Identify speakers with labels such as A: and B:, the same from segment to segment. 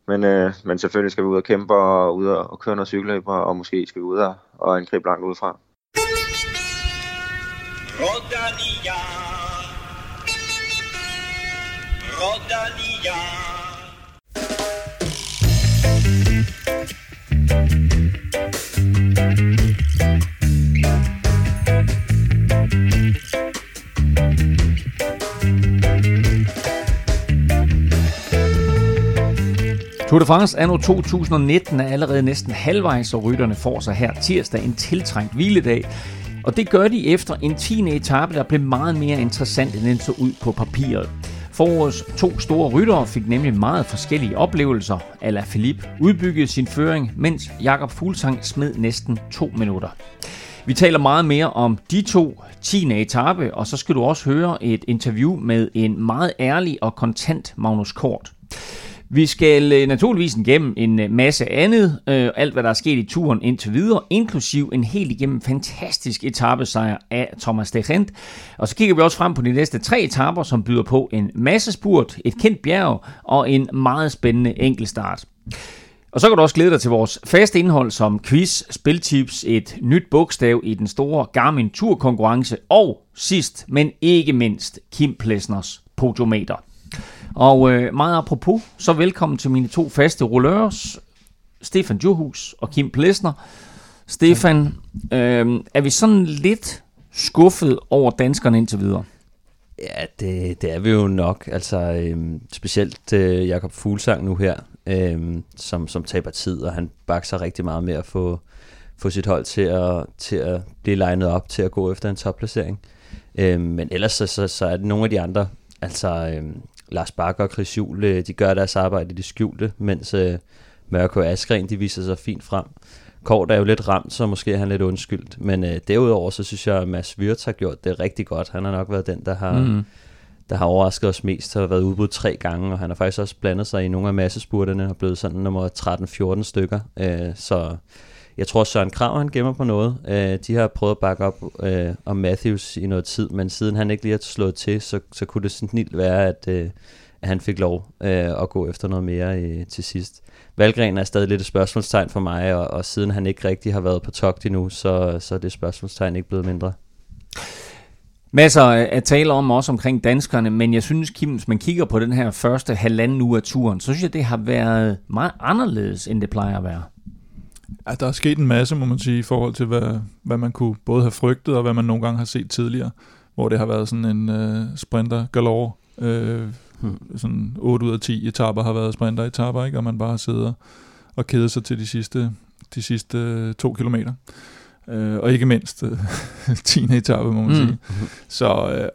A: Men selvfølgelig skal vi ud og kæmpe og ud og køre noget cykelløb, og måske skal vi ud og angribe langt udefra.
B: Rodalia. Rodalia.
C: Tour de France anno 2019 er allerede næsten halvvejs, og rytterne får sig her tirsdag en tiltrængt hviledag. Og det gør de efter en 10. etape, der blev meget mere interessant, end den så ud på papiret. Forårets 2 store ryttere fik nemlig meget forskellige oplevelser. Alaphilippe udbyggede sin føring, mens Jakob Fuglsang smed næsten 2 minutter. Vi taler meget mere om de 2 10. etape, og så skal du også høre et interview med en meget ærlig og kontant Magnus Kort. Vi skal naturligvis igennem en masse andet, alt hvad der er sket i turen indtil videre, inklusiv en helt igennem fantastisk etapesejr af Thomas de Gendt. Og så kigger vi også frem på de næste 3 etaper, som byder på en masse spurt, et kendt bjerg og en meget spændende enkeltstart. Og så kan du også glæde dig til vores faste indhold som quiz, spiltips, et nyt bogstav i den store Garmin Tour-konkurrence og sidst, men ikke mindst, Kim Plesners podiometer. Og meget apropos, så velkommen til mine 2 faste rullørs, Stefan Djurhus og Kim Plesner. Stefan, er vi sådan lidt skuffet over danskerne indtil videre?
D: Ja, det er vi jo nok. Altså specielt Jakob Fuglsang nu her, som taber tid, og han bakser rigtig meget med at få sit hold til at blive legnet op til at gå efter en topplacering. Men ellers så er det nogle af de andre, altså Lars Bakker og Chris Juhl, de gør deres arbejde i det skjulte, mens Mørk og Askren, de viser sig fint frem. Kort er jo lidt ramt, så måske er han lidt undskyldt, men derudover så synes jeg, at Mads Wirtz har gjort det rigtig godt. Han har nok været den, der har overrasket os mest, har været udbudt 3 gange, og han har faktisk også blandet sig i nogle af massespurterne og blevet sådan nummer 13-14 stykker, så jeg tror, Søren Krag, han gemmer på noget. De har prøvet at bakke op om Matthews i noget tid, men siden han ikke lige har slået til, så kunne det snilt være, at han fik lov at gå efter noget mere til sidst. Valgren er stadig lidt et spørgsmålstegn for mig, og siden han ikke rigtig har været på togt endnu, så er det spørgsmålstegn ikke blevet mindre.
C: Masser at tale om også omkring danskerne, men jeg synes, Kim, hvis man kigger på den her første halvanden uge af turen, så synes jeg, det har været meget anderledes, end det plejer at være.
E: Ja, der er sket en masse, må man sige, i forhold til, hvad man kunne både have frygtet, og hvad man nogle gange har set tidligere, hvor det har været sådan en sprinter galore. Sådan 8 ud af 10 etaper har været sprinter-etaper, ikke? Og man bare har siddet og kedet sig til de sidste 2 kilometer. Og ikke mindst 10. etape, må man sige. Så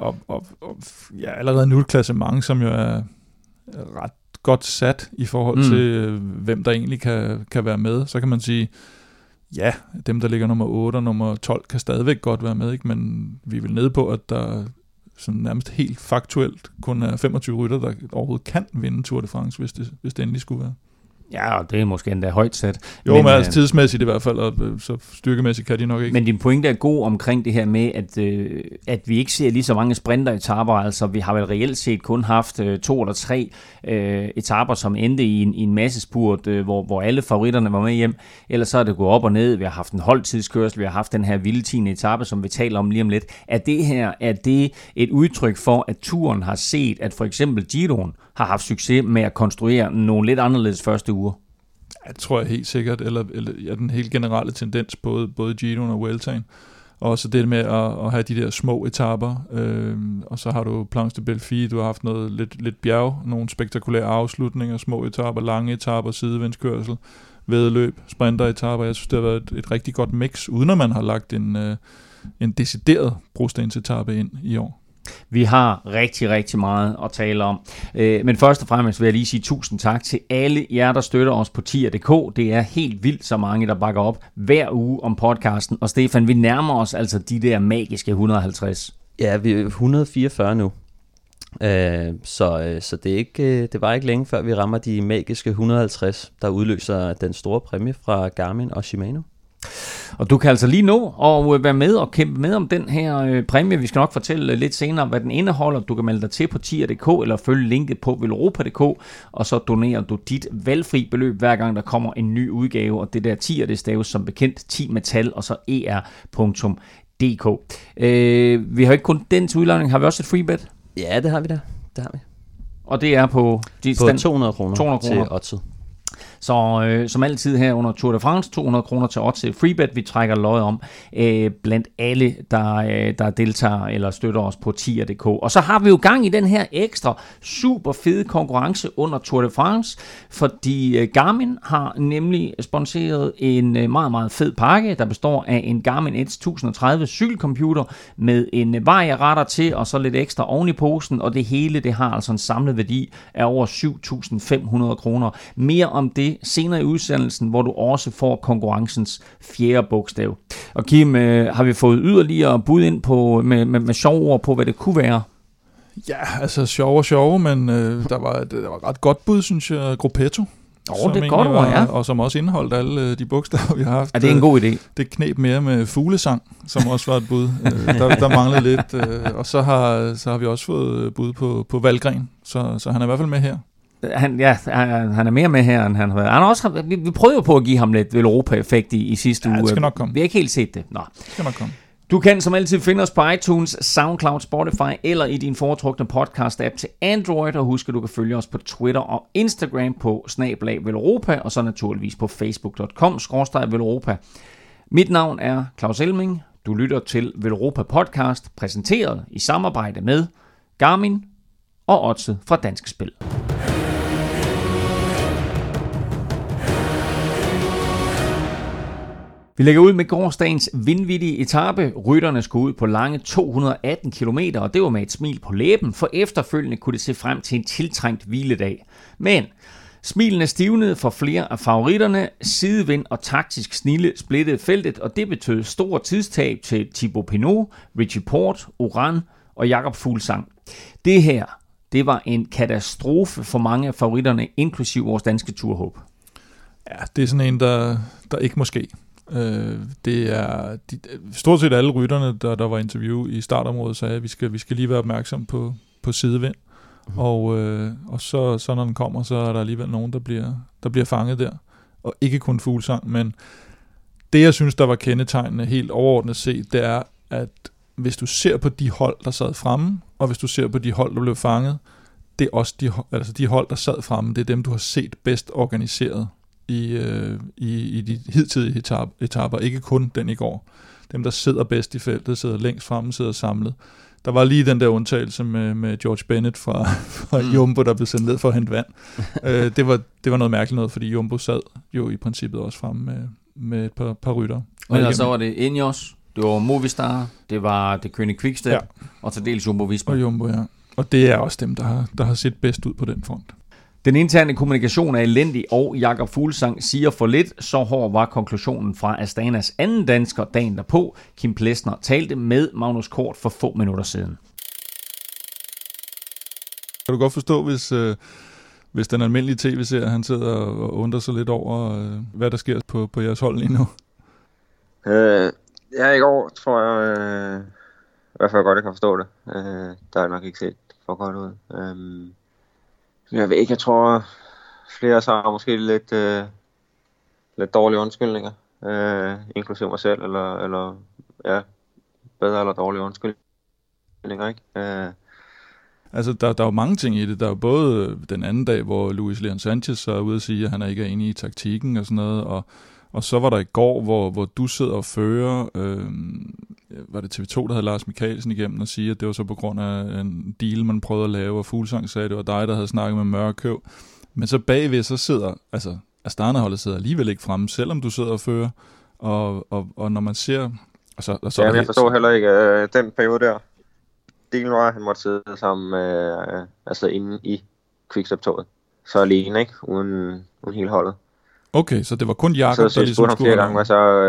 E: ja, allerede nu et klassement, som jo er ret godt sat i forhold til, hvem der egentlig kan være med. Så kan man sige, ja, dem der ligger nummer 8 og nummer 12 kan stadigvæk godt være med, ikke? Men vi er vel nede på, at der sådan nærmest helt faktuelt kun er 25 rytter, der overhovedet kan vinde Tour de France, hvis det endelig skulle være.
C: Ja, og det er måske endda højt sat.
E: Jo, men altså tidsmæssigt i hvert fald, og så styrkemæssigt kan de nok ikke.
C: Men din pointe er god omkring det her med, at vi ikke ser lige så mange sprinteretaper. Altså, vi har vel reelt set kun haft 2 eller 3 etaper, som endte i en masse spurt, hvor alle favoritterne var med hjem. Ellers så er det gået op og ned. Vi har haft en holdtidskørsel, vi har haft den her vilde 10. etape, som vi taler om lige om lidt. Er det et udtryk for, at turen har set, at for eksempel Giroen har haft succes med at konstruere nogle lidt anderledes første uger?
E: Jeg tror helt sikkert, eller den helt generelle tendens, både Giroen og Vueltaen. Og så det med at have de der små etaper, og så har du Planche de Belfi, du har haft noget lidt bjerg, nogle spektakulære afslutninger, små etaper, lange etaper, sidevindskørsel, væddeløb, sprinteretaper. Jeg synes, det har været et rigtig godt mix, uden at man har lagt en decideret brostensetape ind i år.
C: Vi har rigtig, rigtig meget at tale om. Men først og fremmest vil jeg lige sige tusind tak til alle jer, der støtter os på tier.dk. Det er helt vildt så mange, der bakker op hver uge om podcasten. Og Stefan, vi nærmer os altså de der magiske 150.
D: Ja, vi er 144 nu. Så det var ikke længe før vi rammer de magiske 150, der udløser den store præmie fra Garmin og Shimano.
C: Og du kan altså lige nå at være med og kæmpe med om den her præmie. Vi skal nok fortælle lidt senere, hvad den indeholder. Du kan melde dig til på tier.dk eller følge linket på velropa.dk, og så donerer du dit valgfri beløb, hver gang der kommer en ny udgave. Og det der tier, det staves som bekendt 10 med tal, og så er.dk. Vi har ikke kun den til udlejning. Har vi også et free bet?
D: Ja, det har vi da. Det har vi.
C: Og det er på
D: 200 kroner til oddset.
C: Så som altid her under Tour de France, 200 kroner til oddset freebet. Vi trækker løjet om blandt alle, der deltager eller støtter os på tier.dk. Og så har vi jo gang i den her ekstra super fede konkurrence under Tour de France, fordi Garmin har nemlig sponsoreret en meget, meget fed pakke, der består af en Garmin Edge 1030 cykelcomputer med en varieretter til, og så lidt ekstra oven i posen, og det hele, det har altså en samlet værdi af over 7.500 kroner. Mere om det senere i udsendelsen, hvor du også får konkurrencens fjerde bogstav. Og Kim, har vi fået yderligere bud ind på med sjove ord på, hvad det kunne være?
E: Ja, altså sjove, men der var et ret godt bud, synes jeg, Gruppetto.
C: Det er godt ord, ja.
E: Og som også indeholdt alle de bogstaver, vi har haft.
C: Er det en god idé?
E: Det kneb mere med fuglesang, som også var et bud. Der manglede lidt. Og så har vi også fået bud på Valgren, så han er i hvert fald med her.
C: Han er mere med her, end han har været. Vi prøvede jo på at give ham lidt Europa-effekt i sidste uge.
E: Det skal nok komme.
C: Vi har ikke helt set det. Nå.
E: Det skal nok komme.
C: Du kan som altid finde os på iTunes, SoundCloud, Spotify eller i din foretrukne podcast-app til Android. Og husk, at du kan følge os på Twitter og Instagram på @velropa og så naturligvis på facebook.com/velropa. Mit navn er Claus Elming. Du lytter til Velropa Podcast, præsenteret i samarbejde med Garmin og Oddset fra Danske Spil. Vi lægger ud med gårsdagens vindvittige etape. Rytterne skulle ud på lange 218 km, og det var med et smil på læben, for efterfølgende kunne det se frem til en tiltrængt hviledag. Men smilene stivnede for flere af favoritterne, sidevind og taktisk snille splittede feltet, og det betød stor tidstab til Thibaut Pinot, Richie Porte, Oran og Jakob Fuglsang. Det her, det var en katastrofe for mange af favoritterne, inklusiv vores danske turhåb.
E: Ja, det er sådan en, der ikke må ske. Det er stort set alle rytterne, der var interview i startområdet, sagde, at vi skal lige være opmærksom på sidevind. Og så når den kommer, så er der alligevel nogen, der bliver fanget der. Og ikke kun Fuglsang, men det, jeg synes, der var kendetegnende helt overordnet set, det er, at hvis du ser på de hold, der sad fremme, og hvis du ser på de hold, der blev fanget, det er også de hold, der sad fremme, det er dem, du har set bedst organiseret i de hidtidige etaper, ikke kun den i går. Dem, der sidder bedst i feltet, sidder længst fremme, sidder samlet. Der var lige den der undtagelse med George Bennett fra Jumbo, der blev sendt ned for at hente vand. Det var noget mærkeligt noget, fordi Jumbo sad jo i princippet også fremme med et par rytter.
C: Og så var det Ineos, det var Movistar, det var det König Quickstep, og til dels Jumbo Visma.
E: Og Jumbo, ja. Og det er også dem, der har set bedst ud på den front.
C: Den interne kommunikation er elendig, og Jakob Fuglsang siger for lidt. Så hård var konklusionen fra Astanas anden dansker dagen derpå. Kim Plesner talte med Magnus Kort for få minutter siden.
E: Kan du godt forstå, hvis den almindelige tv-serie, han sidder og undrer sig lidt over, hvad der sker på jeres hold lige nu?
A: Ja, i går tror jeg i hvert fald godt, jeg kan forstå det. Der er nok ikke set for godt ud. Jeg ved ikke, jeg tror flere så har måske lidt dårlige undskyldninger, inklusive mig selv, eller bedre eller dårlige undskyldninger, ikke?
E: Altså, der er jo mange ting i det. Der er jo både den anden dag, hvor Luis Leon Sanchez er ude at sige, at han ikke er enig i taktikken og sådan noget, og så var der i går, hvor du sidder og fører, var det TV2, der havde Lars Michaelsen igennem og sige, at det var så på grund af en deal, man prøvede at lave, og Fuglsang sagde, at det var dig, der havde snakket med Mørkøv. Men så bagved, så sidder, altså Astana-holdet sidder alligevel ikke fremme, selvom du sidder og fører, og når man ser... Så
A: jeg forstår heller ikke den periode der. Dealen var, at han måtte sidde sammen med, inde i Quickstep-toget. Så alene, ikke? Uden hele holdet.
E: Okay, så det var kun Jakob,
A: der ligesom skulle... flere gange,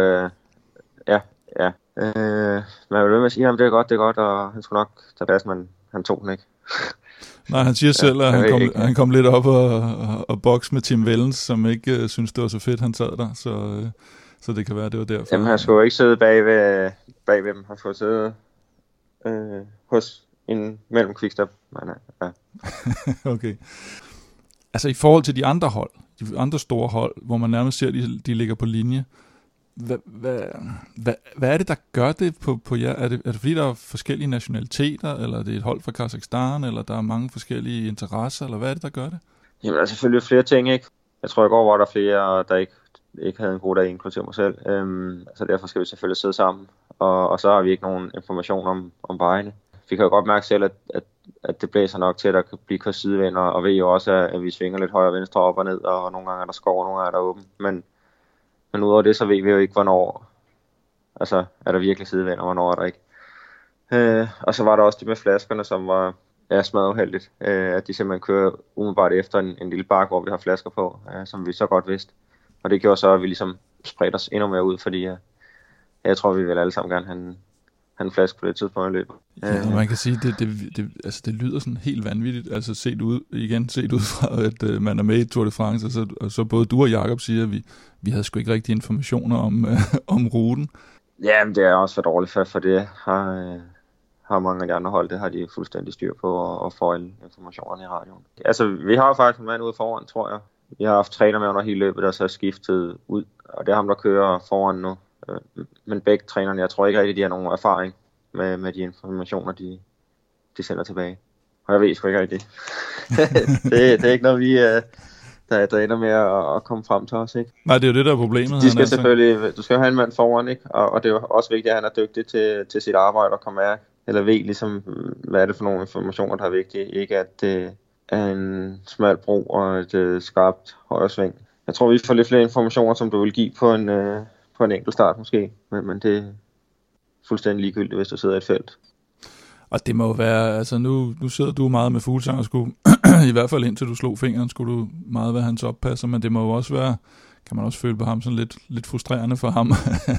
A: ja. Man vil med at sige, at det er godt, og han skulle nok tage plads, men han tog den ikke.
E: Nej, han siger selv, at han kom lidt op og boks med Tim Wellens, som ikke synes det var så fedt, han sad der. Så det kan være, det var derfor.
A: Jamen, han skulle jo ikke sidde bag ved dem. Han skulle sidde hos en mellem Quickstep. Ja.
E: Okay. Altså i forhold til de andre hold, de andre store hold, hvor man nærmest ser, de ligger på linje, hvad er det, der gør det på jer? Er det fordi, der er forskellige nationaliteter, eller er det et hold fra Kazakhstan, eller der er mange forskellige interesser, eller hvad er det, der gør det?
A: Jamen, der er selvfølgelig flere ting, ikke? Jeg tror, i går var der flere, der ikke havde en god dag, inklusive mig selv. Så derfor skal vi selvfølgelig sidde sammen. Og så har vi ikke nogen information om vejene. Vi kan jo godt mærke selv, at det blæser nok til, at der kan blive kørt sidevind, og ved jo også, at vi svinger lidt højre og venstre op og ned, og nogle gange er der skov, og nogle gange er der åben. Men udover det, så ved vi jo ikke, hvornår altså, er der virkelig sidevind, og hvornår er der ikke. Og så var der også det med flaskerne, som var smadret uheldigt. At de simpelthen kører umiddelbart efter en lille bakke, hvor vi har flasker på, som vi så godt vidste. Og det gjorde så, at vi ligesom spredte os endnu mere ud, fordi jeg tror, vi vil alle sammen gerne have en flaske på det tidspunkt i løbet.
E: Ja, man kan sige, det lyder sådan helt vanvittigt, altså set ud fra, at man er med i Tour de France, og så både du og Jakob siger, at vi havde sgu ikke rigtig informationer om ruten.
A: Ja, men det er også for dårligt, for det har mange af de andre hold, det har de fuldstændig styr på, og får alle informationerne i radioen. Altså, vi har faktisk en mand ude foran, tror jeg. Vi har haft træner med under hele løbet, der så er skiftet ud, og det er ham, der kører foran nu. Men begge trænerne, jeg tror ikke rigtig, de har nogen erfaring med de informationer, de sender tilbage. Og jeg ved sgu ikke rigtig. det er ikke noget, vi der ender med at komme frem til os, ikke?
E: Nej, det er jo det, der er problemet.
A: De skal selvfølgelig, du skal jo have en mand foran, ikke? Og det er jo også vigtigt, at han er dygtig til sit arbejde og kan mærke, eller ved ligesom, hvad er det for nogle informationer, der er vigtige. Ikke at det er en smal bro og et skarpt højre sving. Jeg tror, vi får lidt flere informationer, som du vil give på en enkelt start måske, men det er fuldstændig ligegyldigt, hvis du sidder i et felt.
E: Og det må jo være, altså nu sidder du meget med Fuglsang, og skulle, i hvert fald indtil du slog fingeren, skulle du meget være hans oppasser, men det må jo også være, kan man også føle på ham, sådan lidt frustrerende for ham,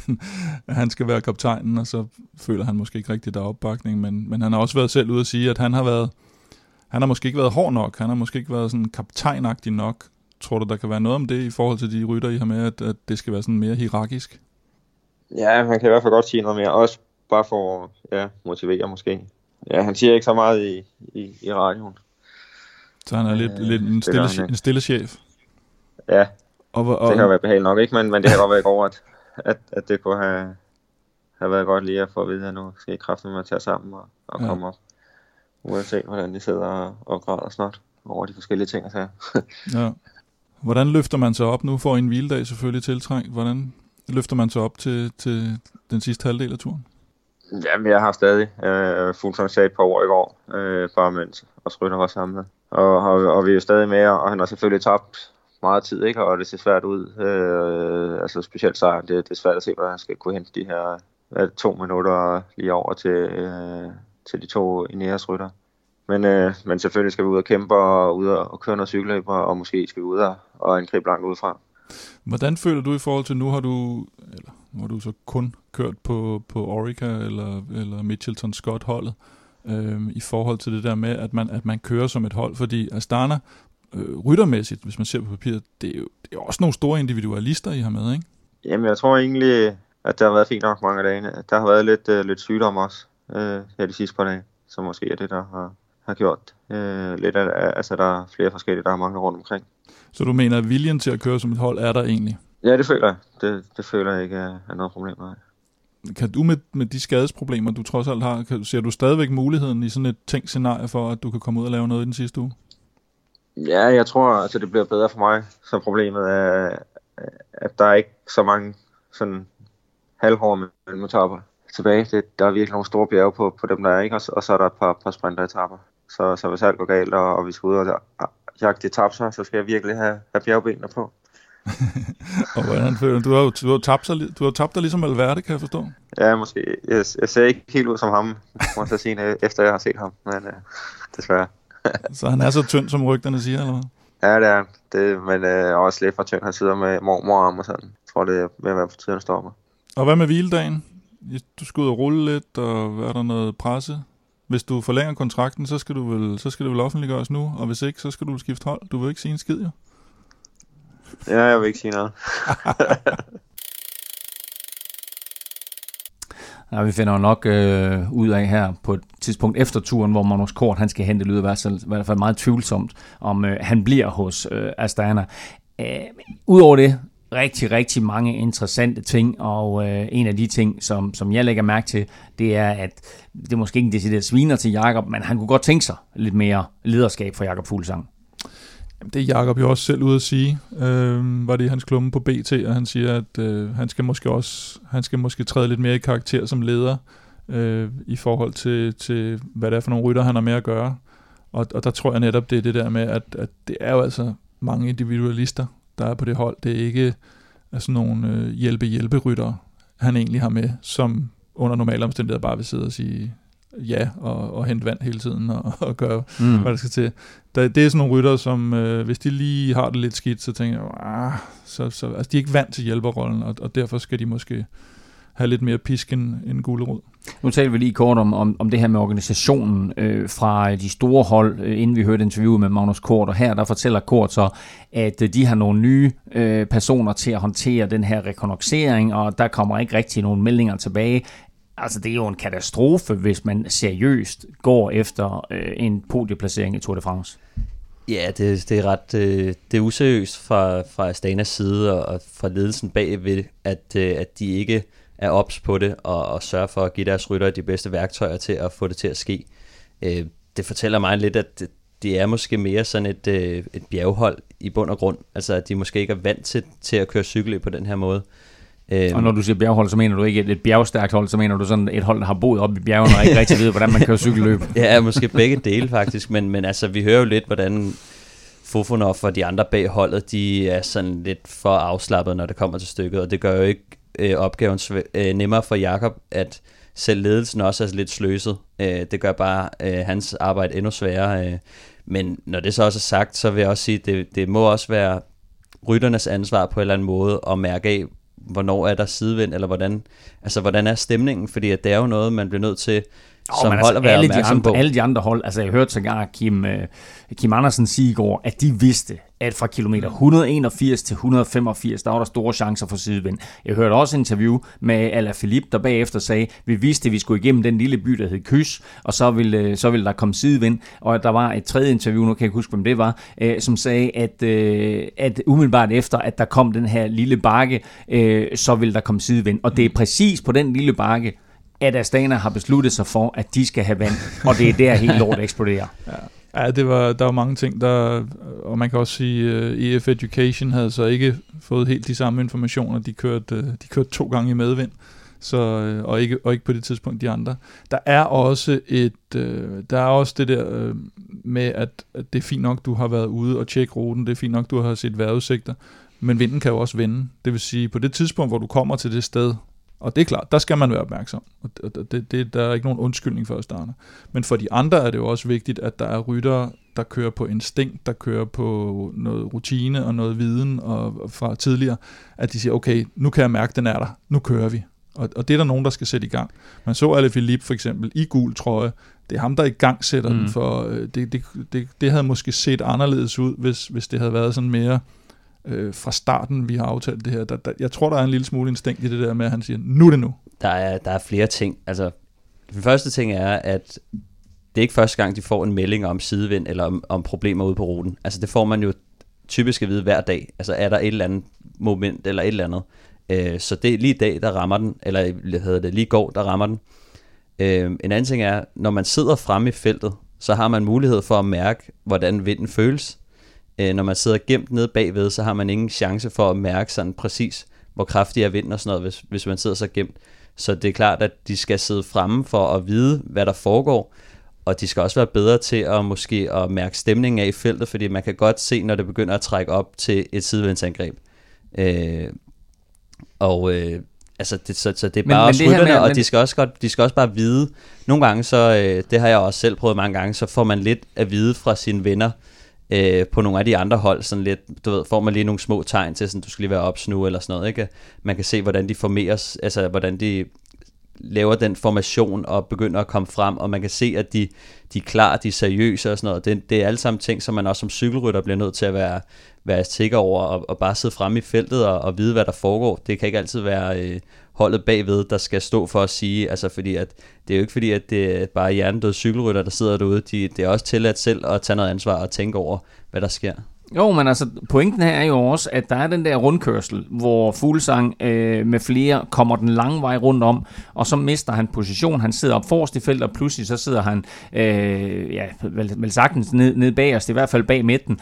E: at han skal være kaptajnen, og så føler han måske ikke rigtig, der er opbakning, men han har også været selv ude at sige, at han har måske ikke været hård nok, han har måske ikke været sådan kaptajnagtig nok. Tror du, der kan være noget om det i forhold til de rytter, I har med, at det skal være sådan mere hierarkisk?
A: Ja, man kan i hvert fald godt sige noget mere. Også bare for at motivere måske. Ja, han siger ikke så meget i radioen.
E: Så han er lidt en stille chef?
A: Ja, det kan jo være behageligt nok, ikke? Men det har godt været over, at det kunne have været godt lige at få at vide, at nu skal I kraftigt med at tage sammen og komme op. Uanset hvordan de sidder og græder snart over de forskellige ting. Så.
E: Ja. Hvordan løfter man sig op nu? For en hviledag selvfølgelig tiltrængt. Hvordan løfter man sig op til den sidste halvdel af turen?
A: Jamen, jeg har stadig Fuglsang sagde et par år i går, bare mens os rytter var samlet. Og vi er jo stadig med, og han har selvfølgelig tabt meget tid, ikke? Og det ser svært ud. Altså specielt sejren, det er svært at se, hvordan han skal kunne hente de her 2 minutter lige over til de 2 Ineos rytter. Men selvfølgelig skal vi ud og kæmpe og ud og køre noget cykelløb, og måske skal vi ud og angribe langt udefra.
E: Hvordan føler du i forhold til nu, har du så kun kørt på Orica eller Mitchelton Scott holdet, i forhold til det der med, at man kører som et hold, fordi Astana ryttermæssigt, hvis man ser på papiret, det er jo også nogle store individualister, I har med, ikke? Jamen,
A: jeg tror egentlig, at det har været fint nok mange af dagene. Der har været lidt sygdom også her de sidste par dage, så måske er det, der har gjort lidt af, altså der er flere forskellige, der har mange rundt omkring.
E: Så du mener, at viljen til at køre som et hold er der egentlig?
A: Ja, det føler jeg. Det føler jeg ikke er noget problem med.
E: Kan du med de skadesproblemer, du trods alt har, ser du stadigvæk muligheden i sådan et tænkt scenarie for, at du kan komme ud og lave noget i den sidste uge?
A: Ja, jeg tror, altså det bliver bedre for mig. Så problemet er, at der er ikke så mange sådan halvhårde mellemetaper tilbage. Der er virkelig nogle store bjerge på dem, der er, ikke? Og så er der et par sprinteretapper. Så hvis alt går galt, og vi skal ud og jagte etapper, så skal jeg virkelig have bjergbenene på.
E: Og hvordan føler du? Du har tabt dig ligesom Valverde, kan jeg forstå?
A: Ja, måske. Jeg ser ikke helt ud som ham, må jeg sige, efter jeg har set ham, men desværre.
E: Så han er så tynd, som rygterne siger, eller hvad?
A: Ja, det er det, men også lidt for tynd. Han sidder med morarm og sådan. Jeg tror, det er ved at være på tiden, stopper.
E: Og hvad med hviledagen? Du skal ud og rulle lidt, og er der noget presse? Hvis du forlænger kontrakten, så skal det vel offentliggøres nu, og hvis ikke, så skal du skifte hold. Du vil ikke sige en skid, jo?
A: Ja, jeg vil ikke sige noget.
C: Ja, vi finder jo nok ud af her på et tidspunkt efter turen, hvor Magnus Cort han skal hente, lyder i hvert fald meget tvivlsomt, om han bliver hos Astana. Udover det, rigtig, rigtig mange interessante ting, og en af de ting, som jeg lægger mærke til, det er, at det måske ikke decideret sviner til Jakob, men han kunne godt tænke sig lidt mere lederskab fra Jakob Fuglsang.
E: Det er Jakob jo også selv ude at sige, var det i hans klumme på BT, og han siger, at han skal måske træde lidt mere i karakter som leder, i forhold til hvad det er for nogle rytter, han har med at gøre. Og der tror jeg netop, det er det der med, at det er jo altså mange individualister, der er på det hold. Det er ikke sådan nogle hjælperyttere, han egentlig har med, som under normale omstændigheder bare vil sidde og sige ja og hente vand hele tiden og gøre, hvad der skal til. Det er sådan nogle ryttere, som hvis de lige har det lidt skidt, så tænker jeg, altså de er ikke vant til hjælperrollen, og derfor skal de måske have lidt mere pisk end gulerod.
C: Nu taler vi lige kort om det her med organisationen fra de store hold, inden vi hørte interviewet med Magnus Cort, og her der fortæller Cort så, at de har nogle nye personer til at håndtere den her rekognoscering, og der kommer ikke rigtig nogen meldinger tilbage. Altså det er jo en katastrofe, hvis man seriøst går efter en podieplacering i Tour de France.
D: Ja, det er ret det er useriøst fra Astanas side og fra ledelsen bagved, at de ikke er ops på det og sørger for at give deres ryttere de bedste værktøjer til at få det til at ske. Det fortæller mig lidt, at det er måske mere sådan et bjerghold i bund og grund. Altså at de måske ikke er vant til at køre cykel på den her måde.
C: Og når du siger bjerghold, så mener du ikke et bjergstærkt hold, så mener du sådan et hold, der har boet op i bjergene og ikke rigtig ved, hvordan man kører cykelløb.
D: Ja, måske begge dele faktisk, men altså vi hører jo lidt, hvordan Fofonov og de andre bag holdet, de er sådan lidt for afslappet, når det kommer til stykket, og det gør jo ikke opgaven nemmere for Jakob, at selv ledelsen også er lidt sløset. Det gør bare hans arbejde endnu sværere. Men når det så også er sagt, så vil jeg også sige, at det må også være rytternes ansvar på en eller anden måde at mærke af, hvornår er der sidevind, eller hvordan er stemningen, fordi at det er jo noget, man bliver nødt til som hold at være opmærksom på.
C: Alle de andre hold, altså jeg hørte sågar Kim Andersen sige i går, at de vidste, at fra kilometer 181 til 185, der var der store chancer for sidevind. Jeg hørte også et interview med Alaphilippe, der bagefter sagde, vi vidste, at vi skulle igennem den lille by, der hed Kys, og så ville der komme sidevind. Og der var et tredje interview, nu kan jeg ikke huske, hvem det var, som sagde, at umiddelbart efter, at der kom den her lille bakke, så ville der komme sidevind. Og det er præcis på den lille bakke, at Astana har besluttet sig for, at de skal have vand, og det er der helt lort eksploderer.
E: Ja, der var mange ting, og man kan også sige, EF Education havde så ikke fået helt de samme informationer. De kørte 2 gange i medvind, så, og ikke på det tidspunkt de andre. Der er også det der med, at det er fint nok, du har været ude og tjekke ruten, det er fint nok, du har set vejrudsigter, men vinden kan jo også vende. Det vil sige, på det tidspunkt, hvor du kommer til det sted, og det er klart, der skal man være opmærksom. Og der er ikke nogen undskyldning for Astana. Men for de andre er det jo også vigtigt, at der er ryttere, der kører på instinkt, der kører på noget rutine og noget viden og fra tidligere, at de siger, okay, nu kan jeg mærke, den er der, nu kører vi. Og det er der nogen, der skal sætte i gang. Man så Alaphilippe for eksempel i gul trøje, det er ham, der i gang sætter den, for det havde måske set anderledes ud, hvis det havde været sådan mere fra starten, vi har aftalt det her. Jeg tror, der er en lille smule instinkt i det der med, at han siger, nu er det nu.
D: Der er flere ting. Altså, den første ting er, at det er ikke første gang, de får en melding om sidevind eller om problemer ude på ruten. Altså, det får man jo typisk at vide hver dag. Altså, er der et eller andet moment eller et eller andet. Så det er lige i dag, der rammer den, eller hedder det lige i går, der rammer den. En anden ting er, når man sidder fremme i feltet, så har man mulighed for at mærke, hvordan vinden føles. Når man sidder gemt nede bagved, så har man ingen chance for at mærke sådan præcis, hvor kraftig er vinden og sådan noget, hvis man sidder så gemt. Så det er klart, at de skal sidde fremme for at vide, hvad der foregår, og de skal også være bedre til at mærke stemningen af i feltet, fordi man kan godt se, når det begynder at trække op til et sidevindsangreb. Så det er bare også rytterne, og de skal også bare vide. Nogle gange, så det har jeg også selv prøvet mange gange, så får man lidt at vide fra sine venner, på nogle af de andre hold, sådan lidt, du ved, får man lige nogle små tegn til, sådan, du skal lige være ops nu, eller sådan noget, ikke? Man kan se, hvordan de formeres, altså hvordan de laver den formation og begynder at komme frem, og man kan se, at de er klar, de er seriøse og sådan noget. Det er alle sammen ting, som man også som cykelrytter bliver nødt til at være sikker over, og bare sidde fremme i feltet og vide, hvad der foregår. Det kan ikke altid være holdet bagved, der skal stå for at sige, altså fordi at det er jo ikke fordi, at det er bare hjernedøde cykelrytter, der sidder derude. Det er også tilladt selv at tage noget ansvar og tænke over, hvad der sker.
C: Jo, men altså pointen her er jo også, at der er den der rundkørsel, hvor Fuglsang med flere kommer den lange vej rundt om, og så mister han position. Han sidder op forrest i feltet, og pludselig så sidder han vel sagtens ned bagerst, i hvert fald bag midten.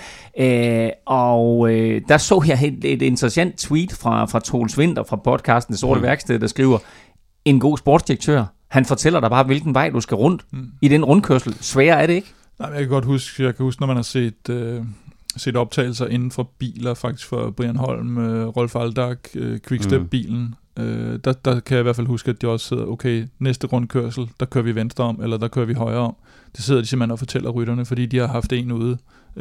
C: Der så jeg et interessant tweet fra Troels Winter fra podcasten Det Sorte Værksted, der skriver, en god sportsdirektør, han fortæller dig bare, hvilken vej du skal rundt i den rundkørsel. Sværere er det ikke?
E: Nej, jeg kan huske, når man har set optagelser inden for biler, faktisk for Brian Holm, Rolf Aldag, Quickstep-bilen. Der kan jeg i hvert fald huske, at de også sidder, okay, næste rundkørsel, der kører vi venstre om, eller der kører vi højre om. Det sidder de simpelthen og fortæller rytterne, fordi de har haft en ude,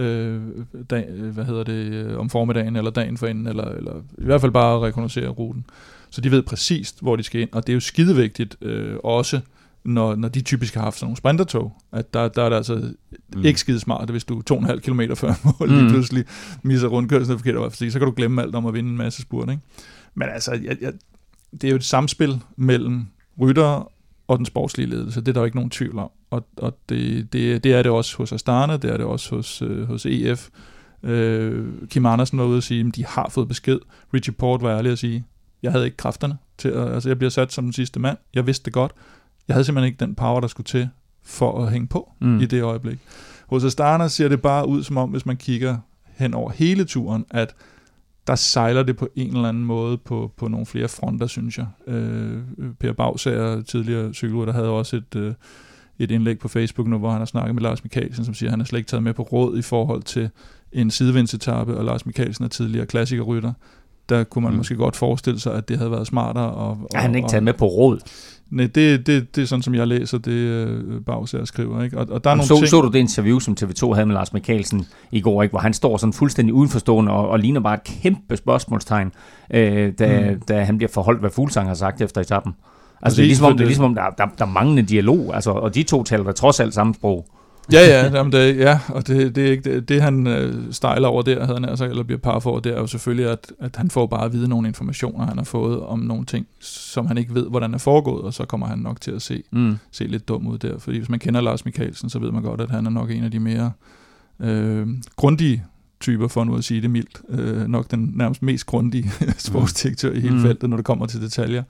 E: om formiddagen, eller dagen forinden, eller i hvert fald bare rekognoscere ruten. Så de ved præcist, hvor de skal ind, og det er jo skidevigtigt også, når de typisk har haft sådan nogle sprintertog, at der er det altså ikke skide smart, hvis du 2,5 kilometer før mål lige pludselig misser rundkørslen forkert over, så kan du glemme alt om at vinde en masse spurt, ikke? Men altså, det er jo et samspil mellem ryttere og den sportslige ledelse, det er der jo ikke nogen tvivl om, og det er det også hos Astana, det er det også hos EF. Kim Andersen var ude at sige, at de har fået besked. Richie Porte var ærlig at sige, jeg havde ikke kræfterne til at, jeg bliver sat som den sidste mand, jeg vidste det godt. Jeg havde simpelthen ikke den power, der skulle til for at hænge på i det øjeblik. Hos Astana ser det bare ud som om, hvis man kigger hen over hele turen, at der sejler det på en eller anden måde på nogle flere fronter, synes jeg. Per Bagsager, tidligere cykelrytter, havde også et indlæg på Facebook nu, hvor han har snakket med Lars Michaelsen, som siger, at han er slet ikke taget med på råd i forhold til en sidevindsetappe, og Lars Michaelsen er tidligere klassikerrytter. Der kunne man måske godt forestille sig, at det havde været smartere.
C: Er han ikke taget med på råd?
E: Nej, det er sådan, som jeg læser det, Bagsager skriver. Ikke? Og der er nogle ting...
C: Så du det interview, som TV2 havde med Lars Michaelsen i går, ikke? Hvor han står sådan fuldstændig udenforstående og ligner bare et kæmpe spørgsmålstegn, da han bliver forholdt, hvad Fuglsang har sagt efter etappen. Altså, det er ligesom om der er manglende dialog, altså, og de to taler der trods alt samme sprog.
E: Og det er ikke det han stejler over der, havde han altså, eller bliver par for, det er jo selvfølgelig, at han får bare at vide nogle informationer, han har fået om nogle ting, som han ikke ved, hvordan er foregået, og så kommer han nok til at se lidt dum ud der. Fordi hvis man kender Lars Michaelsen, så ved man godt, at han er nok en af de mere grundige typer, for nu at sige det mildt. Nok den nærmest mest grundige sportsdirektør i hele feltet, når det kommer til detaljer.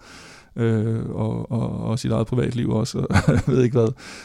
E: Og sit eget privatliv også, og jeg ved ikke hvad.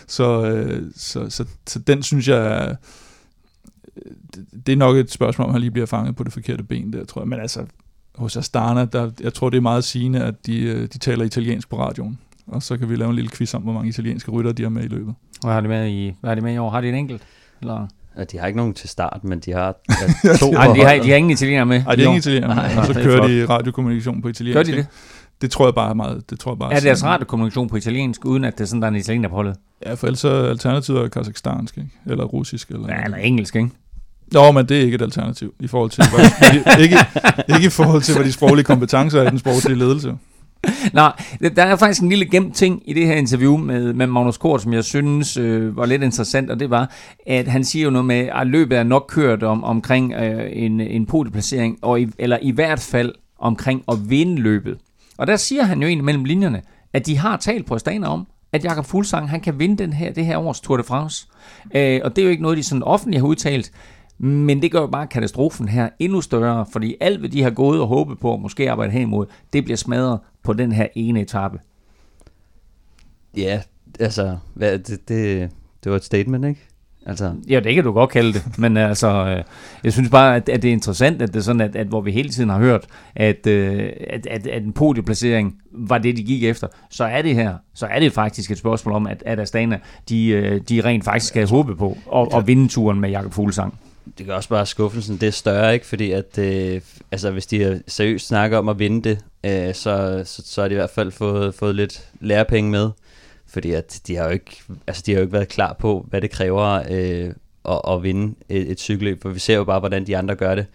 E: Så den synes jeg, det er nok et spørgsmål, om han lige bliver fanget på det forkerte ben der, tror jeg. Men altså, hos Astana, jeg tror, det er meget sigende, at de taler italiensk på radioen. Og så kan vi lave en lille quiz om, hvor mange italienske ryttere de har med i løbet.
C: Hvad har de med i år? Har de en enkelt? Eller?
D: Ja, de har ikke nogen til start, men de har to.
C: Nej, de har ingen italienere med.
E: Nej, de har ingen italienere med. Og så kører de radiokommunikation på italiensk.
C: Gør de det?
E: Det tror jeg bare er meget.
C: Er det altså radiokommunikation på italiensk, uden at det er sådan, der er en italiener på holdet?
E: Ja, for ellers er alternativet er kazakhstansk, ikke? Eller russisk.
C: Eller engelsk, ikke?
E: Nå, men det er ikke et alternativ i forhold til, ikke i forhold til, hvad de sproglige kompetencer er i den sproglige ledelse.
C: Nej, der er faktisk en lille gemt ting i det her interview med Magnus Kort, som jeg synes var lidt interessant, og det var, at han siger jo noget med, at løbet er nok kørt omkring en podieplacering, eller i hvert fald omkring at vinde løbet. Og der siger han jo egentlig mellem linjerne, at de har talt på Astana om, at Jakob Fuglsang, han kan vinde det her års Tour de France. Og det er jo ikke noget, de sådan offentligt har udtalt, men det gør jo bare katastrofen her endnu større, fordi alt, hvad de har gået og håbet på, måske arbejde hen imod, det bliver smadret på den her ene etape.
D: Ja, altså, det var et statement, ikke? Altså.
C: Ja, det kan du godt kalde det, men altså, jeg synes bare, at det er interessant, at det er sådan, at hvor vi hele tiden har hørt, at en podieplacering var det, de gik efter, så er det faktisk et spørgsmål om, at Astana, de rent faktisk skal håbe på at vinde turen med Jakob Fuglsang.
D: Det gør også bare skuffelsen, det er større, ikke? Fordi at, altså, hvis de seriøst snakker om at vinde det, så har de i hvert fald fået lidt lærepenge med. Fordi at de har jo ikke været klar på, hvad det kræver at vinde et cykelløb. For vi ser jo bare, hvordan de andre gør det.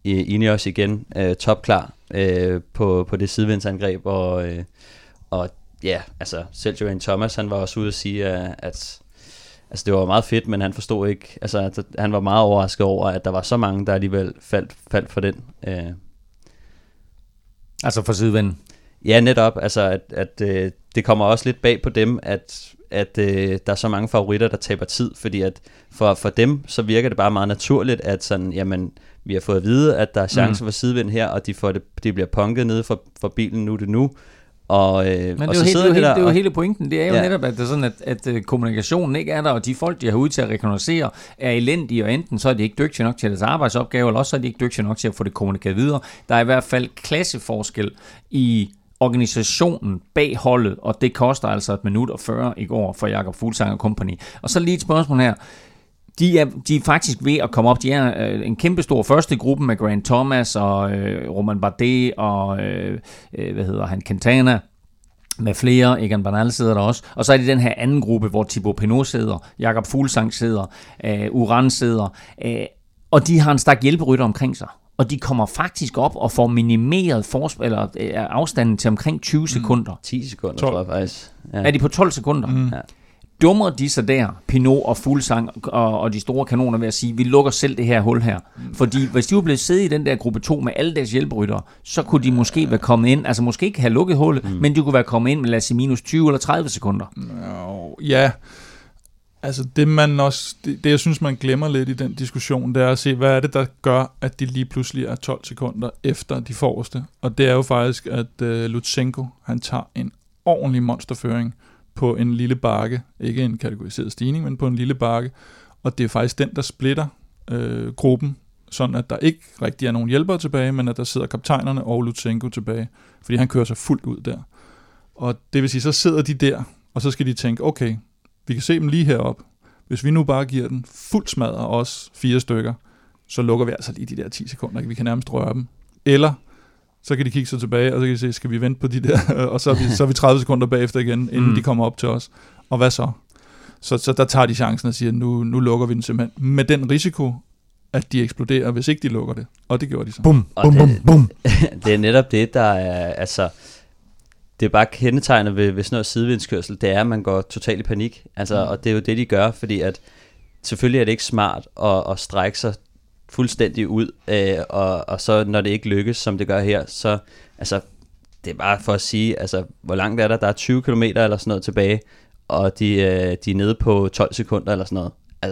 D: Ineos igen, topklar på det sidevindsangreb. Og ja, altså selv Geraint Thomas, han var også ude at sige, at altså det var meget fedt, men han forstod ikke, altså han var meget overrasket over, at der var så mange, der alligevel faldt for den.
C: Altså for sidevinden?
D: Ja, netop, altså at det kommer også lidt bag på dem, at der er så mange favoritter, der taber tid, fordi at for dem, så virker det bare meget naturligt, at sådan, jamen, vi har fået at vide, at der er chance for sidevind her, og de bliver punket nede for bilen nu. Og,
C: men
D: og
C: det er jo
D: og
C: hele pointen. Det er jo netop, at det er sådan, at kommunikationen ikke er der, og de folk, de har ud til at rekognoscere, er elendige, og enten så er de ikke dygtige nok til deres arbejdsopgave, eller også så er de ikke dygtige nok til at få det kommunikeret videre. Der er i hvert fald klasseforskel i organisationen bag holdet, og det koster altså 1 minut og 40 i går for Jakob Fuglsang og company. Og så lige et spørgsmål her. De er faktisk ved at komme op. De er en kæmpestor første gruppe med Geraint Thomas og Romain Bardet og Quintana med flere. Egan Bernal sidder der også. Og så er det den her anden gruppe, hvor Thibaut Pinot sidder, Jakob Fuglsang sidder, Uran sidder, og de har en stak hjælperytter omkring sig. Og de kommer faktisk op og får minimeret afstanden til omkring 20 sekunder.
D: 10 sekunder, tror jeg faktisk.
C: Ja. Er de på 12 sekunder? Ja. Dummer de så der, Pinot og Fuglsang og de store kanoner ved at sige, vi lukker selv det her hul her. Fordi hvis de var blevet siddet i den der gruppe 2 med alle deres hjælperyttere, så kunne de måske være kommet ind, altså måske ikke have lukket hullet, men de kunne være kommet ind med, lad os sige, minus 20 eller 30 sekunder.
E: Ja, altså det jeg synes, man glemmer lidt i den diskussion, det er at se, hvad er det, der gør, at de lige pludselig er 12 sekunder efter de forreste. Og det er jo faktisk, at Lutsenko, han tager en ordentlig monsterføring på en lille bakke, ikke en kategoriseret stigning, men på en lille bakke, og det er faktisk den, der splitter gruppen, sådan at der ikke rigtig er nogen hjælpere tilbage, men at der sidder kaptajnerne og Lutsenko tilbage, fordi han kører sig fuldt ud der. Og det vil sige, så sidder de der, og så skal de tænke, okay, vi kan se dem lige heroppe. Hvis vi nu bare giver den fuld smadre os 4 stykker, så lukker vi altså lige de der 10 sekunder, vi kan nærmest røre dem. Eller så kan de kigge sig tilbage, og så kan de se, skal vi vente på de der, og så er vi 30 sekunder bagefter igen, inden de kommer op til os. Og hvad så? Så der tager de chancen og siger, nu lukker vi den simpelthen. Med den risiko, at de eksploderer, hvis ikke de lukker det. Og det gjorde de så.
C: Bum, bum, bum, bum.
D: Det er netop det, der er, altså, det er bare kendetegnet ved sådan noget sidevindskørsel, det er, at man går totalt i panik. Altså, og det er jo det, de gør, fordi at selvfølgelig er det ikke smart at strække sig fuldstændig ud, og så når det ikke lykkes, som det gør her, så altså, det er bare for at sige, altså, hvor langt er der? Der er 20 km eller sådan noget tilbage, og de er nede på 12 sekunder eller sådan noget.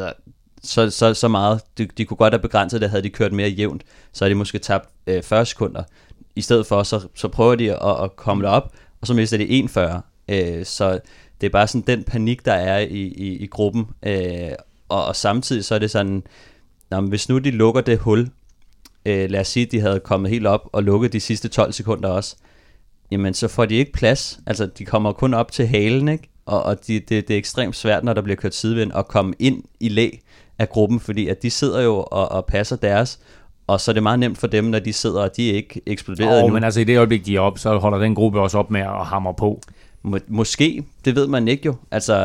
D: Altså, så meget. De kunne godt have begrænset det, havde de kørt mere jævnt, så havde de måske tabt 40 sekunder. I stedet for, så prøver de at komme derop, og så mister de 1,40. Så det er bare sådan den panik, der er i gruppen. Og samtidig så er det sådan, hvis nu de lukker det hul, lad os sige, at de havde kommet helt op og lukket de sidste 12 sekunder også, jamen så får de ikke plads. Altså, de kommer kun op til halen, ikke? Og det er ekstremt svært, når der bliver kørt sidevind, at komme ind i læ af gruppen, fordi at de sidder jo og passer deres, og så er det meget nemt for dem, når de sidder, og de er ikke eksploderet endnu.
C: Men altså i det øjeblik, de er op, så holder den gruppe også op med at hamre på.
D: Måske, det ved man ikke jo.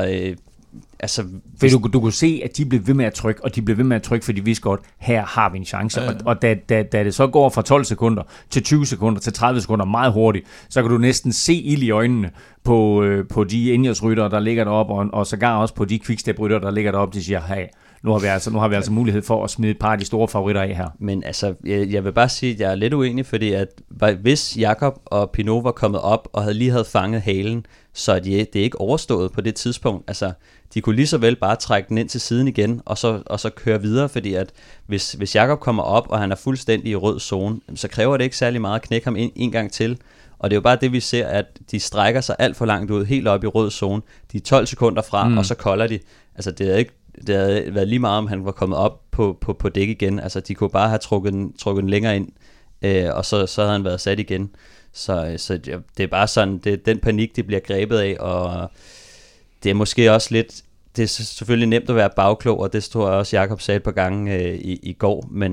D: Altså,
C: du kunne se, at de blev ved med at trykke, og de blev ved med at trykke, fordi de vidste godt, her har vi en chance. Og da det så går fra 12 sekunder til 20 sekunder til 30 sekunder meget hurtigt, så kan du næsten se ild i øjnene på de Ineos-ryttere, der ligger deroppe, og sågar også på de Quickstep-ryttere, der ligger deroppe, de siger, hey, nu har vi altså mulighed for at smide et par af de store favoritter af her.
D: Men altså, jeg vil bare sige, at jeg er lidt uenig, fordi at hvis Jakob og Pinot var kommet op og lige havde fanget halen, så er det ikke overstået på det tidspunkt. Altså, de kunne lige så vel bare trække den ind til siden igen, og så køre videre, fordi at hvis Jakob kommer op, og han er fuldstændig i rød zone, så kræver det ikke særlig meget at knække ham en gang til. Og det er jo bare det, vi ser, at de strækker sig alt for langt ud, helt op i rød zone. De er 12 sekunder fra, og så kolder de. Altså, det havde været lige meget, om han var kommet op på dæk igen. Altså, de kunne bare have trukket den længere ind, og så havde han været sat igen. Så det er bare sådan, det er den panik, de bliver grebet af, og det er måske også lidt, det er selvfølgelig nemt at være bagklog, og det tror jeg også, Jakob sagde et par gange i går, men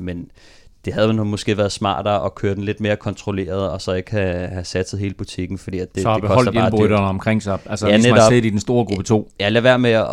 D: det havde måske været smartere at køre den lidt mere kontrollog, og så ikke have satset hele butikken, fordi at det koster bare dyrt. Så
C: beholdt hjælperytterne omkring sig, altså ja, hvis man sidder i den store gruppe 2.
D: Ja, lad være med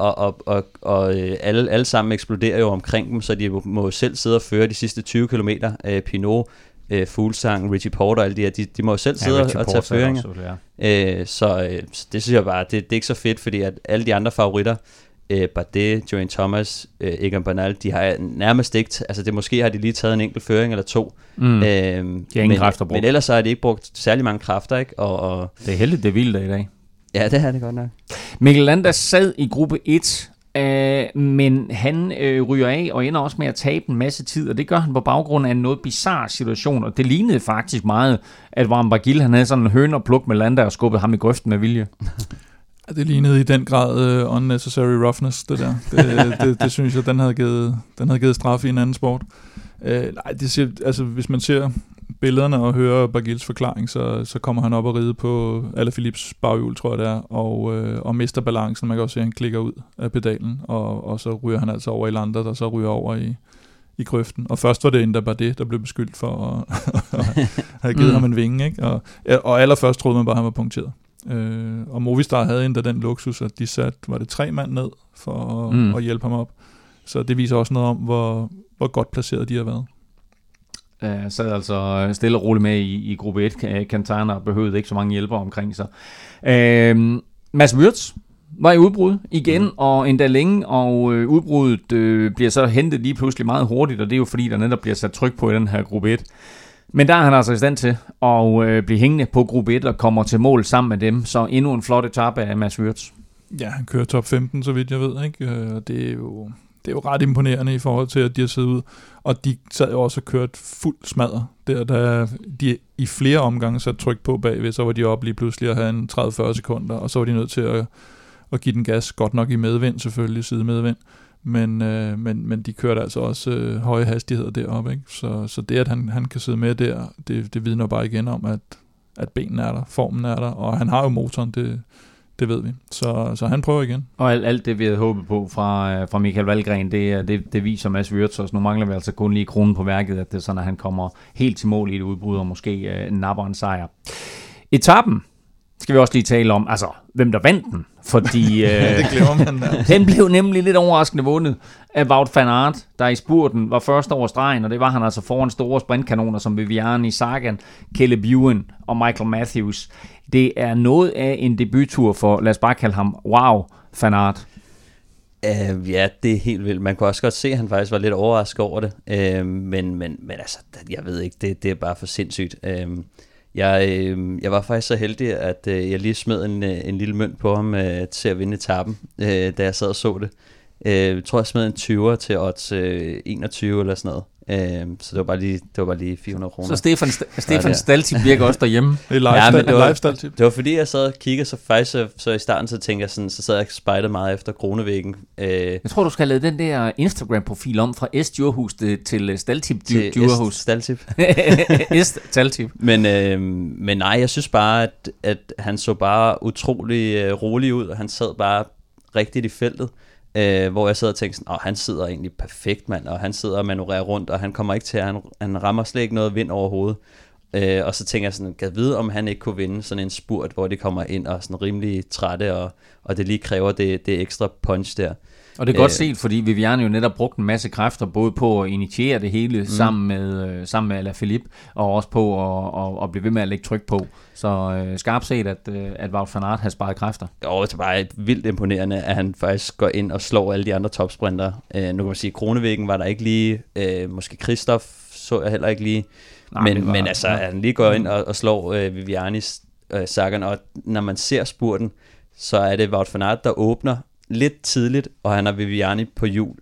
D: og alle sammen eksploderer jo omkring dem, så de må selv sidde og føre de sidste 20 kilometer. Pinot Fuglsang, Richie Porter, alle de her, de må jo selv sidde og tage føringer. Så det synes jeg bare, det er ikke så fedt, fordi at alle de andre favoritter, Bardet, Geraint Thomas, Egan Bernal, de har nærmest ikke, altså det måske har de lige taget en enkelt føring eller to.
C: De har ingen kræfter brugt.
D: Men ellers har de ikke brugt særlig mange kræfter, ikke? Og
C: det er heldigt, det er vildt i dag.
D: Ja, det er det godt nok.
C: Mikkel Landa sad i gruppe 1, men han ryger af og ender også med at tabe en masse tid, og det gør han på baggrund af en noget bizarre situation, og det lignede faktisk meget, at Warren Barguil, han havde sådan en høne og pluk med Landa og skubbede ham i grøften med vilje.
E: Det lignede i den grad unnecessary roughness, det der. Det synes jeg, den havde givet straf i en anden sport. Nej, det siger, altså hvis man ser billederne og hører Barguils forklaring, så kommer han op og ride på Alaphilippes baghjul, tror jeg det er, og mister balancen. Man kan også se, at han klikker ud af pedalen, og så ryger han altså over i Landa, der så ryger over i grøften. Og først var det endda Bardet, der blev beskyldt for at have givet ham en vinge, ikke? Og allerførst troede man bare, at han var punkteret. Og Movistar havde endda den luksus, at de satte, var det 3 mand ned for at hjælpe ham op. Så det viser også noget om, hvor godt placeret de har været.
C: Sad altså stille og roligt med i gruppe 1. Quintana behøvede ikke så mange hjælpere omkring sig. Mads Wirtz var i udbrud igen, og endda længe, og udbruddet bliver så hentet lige pludselig meget hurtigt, og det er jo fordi, der netop bliver sat tryk på i den her gruppe 1. Men der er han altså i stand til at blive hængende på gruppe 1 og kommer til mål sammen med dem, så endnu en flot etape af Mads Wirtz. Ja,
E: han kører top 15, så vidt jeg ved, ikke? Og det er jo ret imponerende i forhold til, at de har siddet ud, og de sad jo også og kørt fuld smadret. Der de i flere omgange sat tryk på bagved, så var de oppe lige pludselig at have en 30-40 sekunder, og så var de nødt til at give den gas, godt nok i medvind selvfølgelig, side medvind, men de kørte altså også høje hastigheder deroppe, ikke? Så det, at han kan sidde med der, det vidner bare igen om, at benene er der, formen er der, og han har jo motoren, det ved vi. Så han prøver igen.
C: Og alt det, vi havde håbet på fra Michael Valgren, det viser Mads Wirtz også. Nu mangler vi altså kun lige kronen på værket, at det er sådan, at han kommer helt til mål i et udbrud, og måske napper en sejr. Etappen skal vi også lige tale om, altså hvem der vandt den, fordi
E: det glemmer man der.
C: Den blev nemlig lidt overraskende vundet af Wout van Aert, der i spurten var først over stregen, og det var han altså foran store sprintkanoner som Viviani, Sagan, Caleb Ewan og Michael Matthews. Det er noget af en debuttur for, lad os bare kalde ham, van Aert.
D: Ja, det er helt vildt. Man kunne også godt se, at han faktisk var lidt overrasket over det, men altså, jeg ved ikke, det er bare for sindssygt. Jeg var faktisk så heldig, at jeg lige smed en lille mønt på ham til at vinde etappen, da jeg sad og så det. Jeg tror, jeg smed en 20'er til odds 21 eller sådan noget. Så det var bare lige 400 kroner.
C: Så Stefan Staltip virker også derhjemme.
E: Det er lifestyle-tip.
D: Det var fordi, jeg sad og kiggede, så faktisk så i starten, så tænkte jeg sådan, så sad jeg og spejdede meget efter Kronevæggen.
C: Jeg tror, du skal lave den der Instagram-profil om fra S. Djurhus til Staltip Djurhus.
D: Staltip.
C: Staltip.
D: Men nej, jeg synes bare, at han så bare utrolig rolig ud, og han sad bare rigtigt i feltet. Hvor jeg sidder og tænker sådan, han sidder egentlig perfekt, mand, og han sidder og manøvrerer rundt, og han kommer ikke til, han rammer slet ikke noget vind overhovedet. Og så tænker jeg sådan, kan jeg vide, om han ikke kunne vinde sådan en spurt, hvor de kommer ind og sådan rimelig trætte, og det lige kræver det ekstra punch der.
C: Og det er godt set, fordi Viviani jo netop brugt en masse kræfter, både på at initiere det hele sammen med Alaphilippe, og også på at blive ved med at lægge tryk på. Så skarpt set, at Wout van Aert har sparet kræfter.
D: Jo, det er bare vildt imponerende, at han faktisk går ind og slår alle de andre topsprinter. Nu kan man sige, Kronevæggen var der ikke lige, måske Christoph så jeg heller ikke lige, men altså, han lige går ind og slår Vivianis Sagan, og når man ser spurten, så er det Wout van Aert, der åbner lidt tidligt, og han har Viviani på hjul.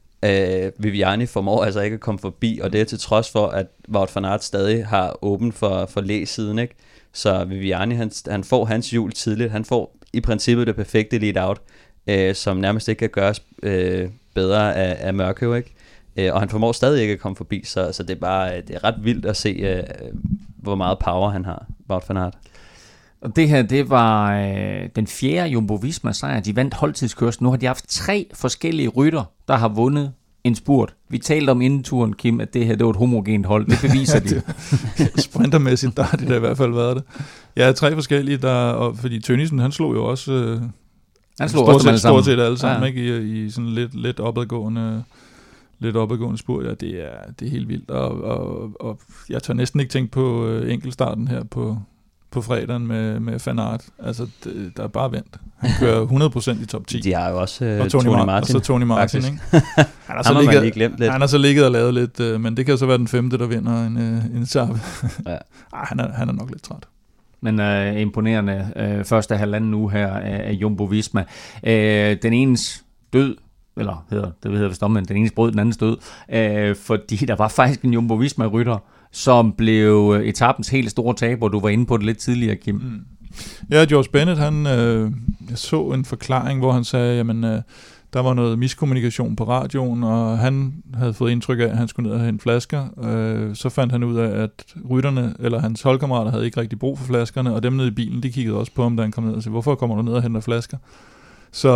D: Viviani formår altså ikke at komme forbi, og det er til trods for, at Wout van Aert stadig har åben for læsiden, ikke? Så Viviani, han får hans hjul tidligt. Han får i princippet det perfekte lead-out, som nærmest ikke kan gøres bedre af Mørkøv, ikke? Og han formår stadig ikke at komme forbi, så det er bare det er ret vildt at se, hvor meget power han har, Wout van Aert.
C: Og det her, det var den 4. Jumbo-Visma-sejr. De vandt holdtidskørslen. Nu har de haft 3 forskellige rytter, der har vundet en spurt. Vi talte om inden turen, Kim, at det her, det var et homogent hold. Det beviser de.
E: Sprintermæssigt, der har det da i hvert fald været det. Ja, 3 forskellige, fordi Tønnesen, han slog jo også
C: han slog stort set
E: alle sammen, ikke? I sådan lidt opadgående lidt opadgående spor, ja, det er helt vildt, og jeg tør næsten ikke tænke på enkeltstarten her på fredagen med Van Aert. Altså, der er bare vendt. Han kører 100% i top 10.
D: De har jo også
E: og
D: Tony Martin.
E: Og så Tony Martin, ikke? Han har så ligget og lavet lidt, men det kan så være den 5., der vinder en etape. Ja. Han er nok lidt træt.
C: Men imponerende første halvanden uge her af Jumbo Visma. Den enes død, eller det hedder vist omvendt, den enes brød, den andens død, fordi der var faktisk en Jumbo Visma-rytter, som blev etapens helt store taber. Du var inde på det lidt tidligere, Kim.
E: Ja, George Bennett, jeg så en forklaring, hvor han sagde, jamen, der var noget miskommunikation på radioen, og han havde fået indtryk af, at han skulle ned og hente flasker. Så fandt han ud af, at rytterne, eller hans holdkammerater, havde ikke rigtig brug for flaskerne, og dem nede i bilen, de kiggede også på ham, da han kom ned og sagde, hvorfor kommer du ned og henter flasker? Så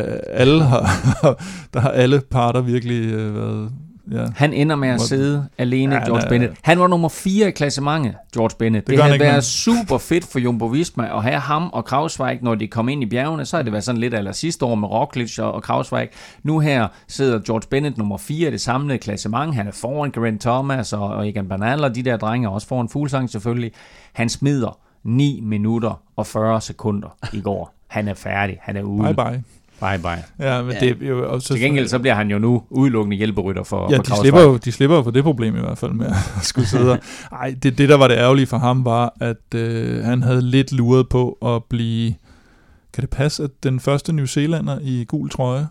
E: der har alle parter virkelig været... Ja.
C: Han ender med at sidde alene, George Bennett. Han var nummer 4 i klassementet, George Bennett. Det havde været super fedt for Jumbo Visma at have ham og Krausweig, når de kom ind i bjergene. Så havde det været sådan lidt eller sidste år med Roglic og Krausweig. Nu her sidder George Bennett nummer 4 i det samlede klassement. Han er foran Geraint Thomas og Egan Bernal og de der drenge, også foran Fuglsang selvfølgelig. Han smider 9 minutter og 40 sekunder i går. Han er færdig. Han er ude. Bye.
E: Ja, men det er jo også...
C: Til gengæld så bliver han jo nu udelukkende hjælperytter for
E: Krausweig. De slipper jo for det problem i hvert fald med at skulle sidde. Ej, det der var det ærgerlige for ham var, at han havde lidt luret på at blive... Kan det passe, at den første New Zealander i gul trøje,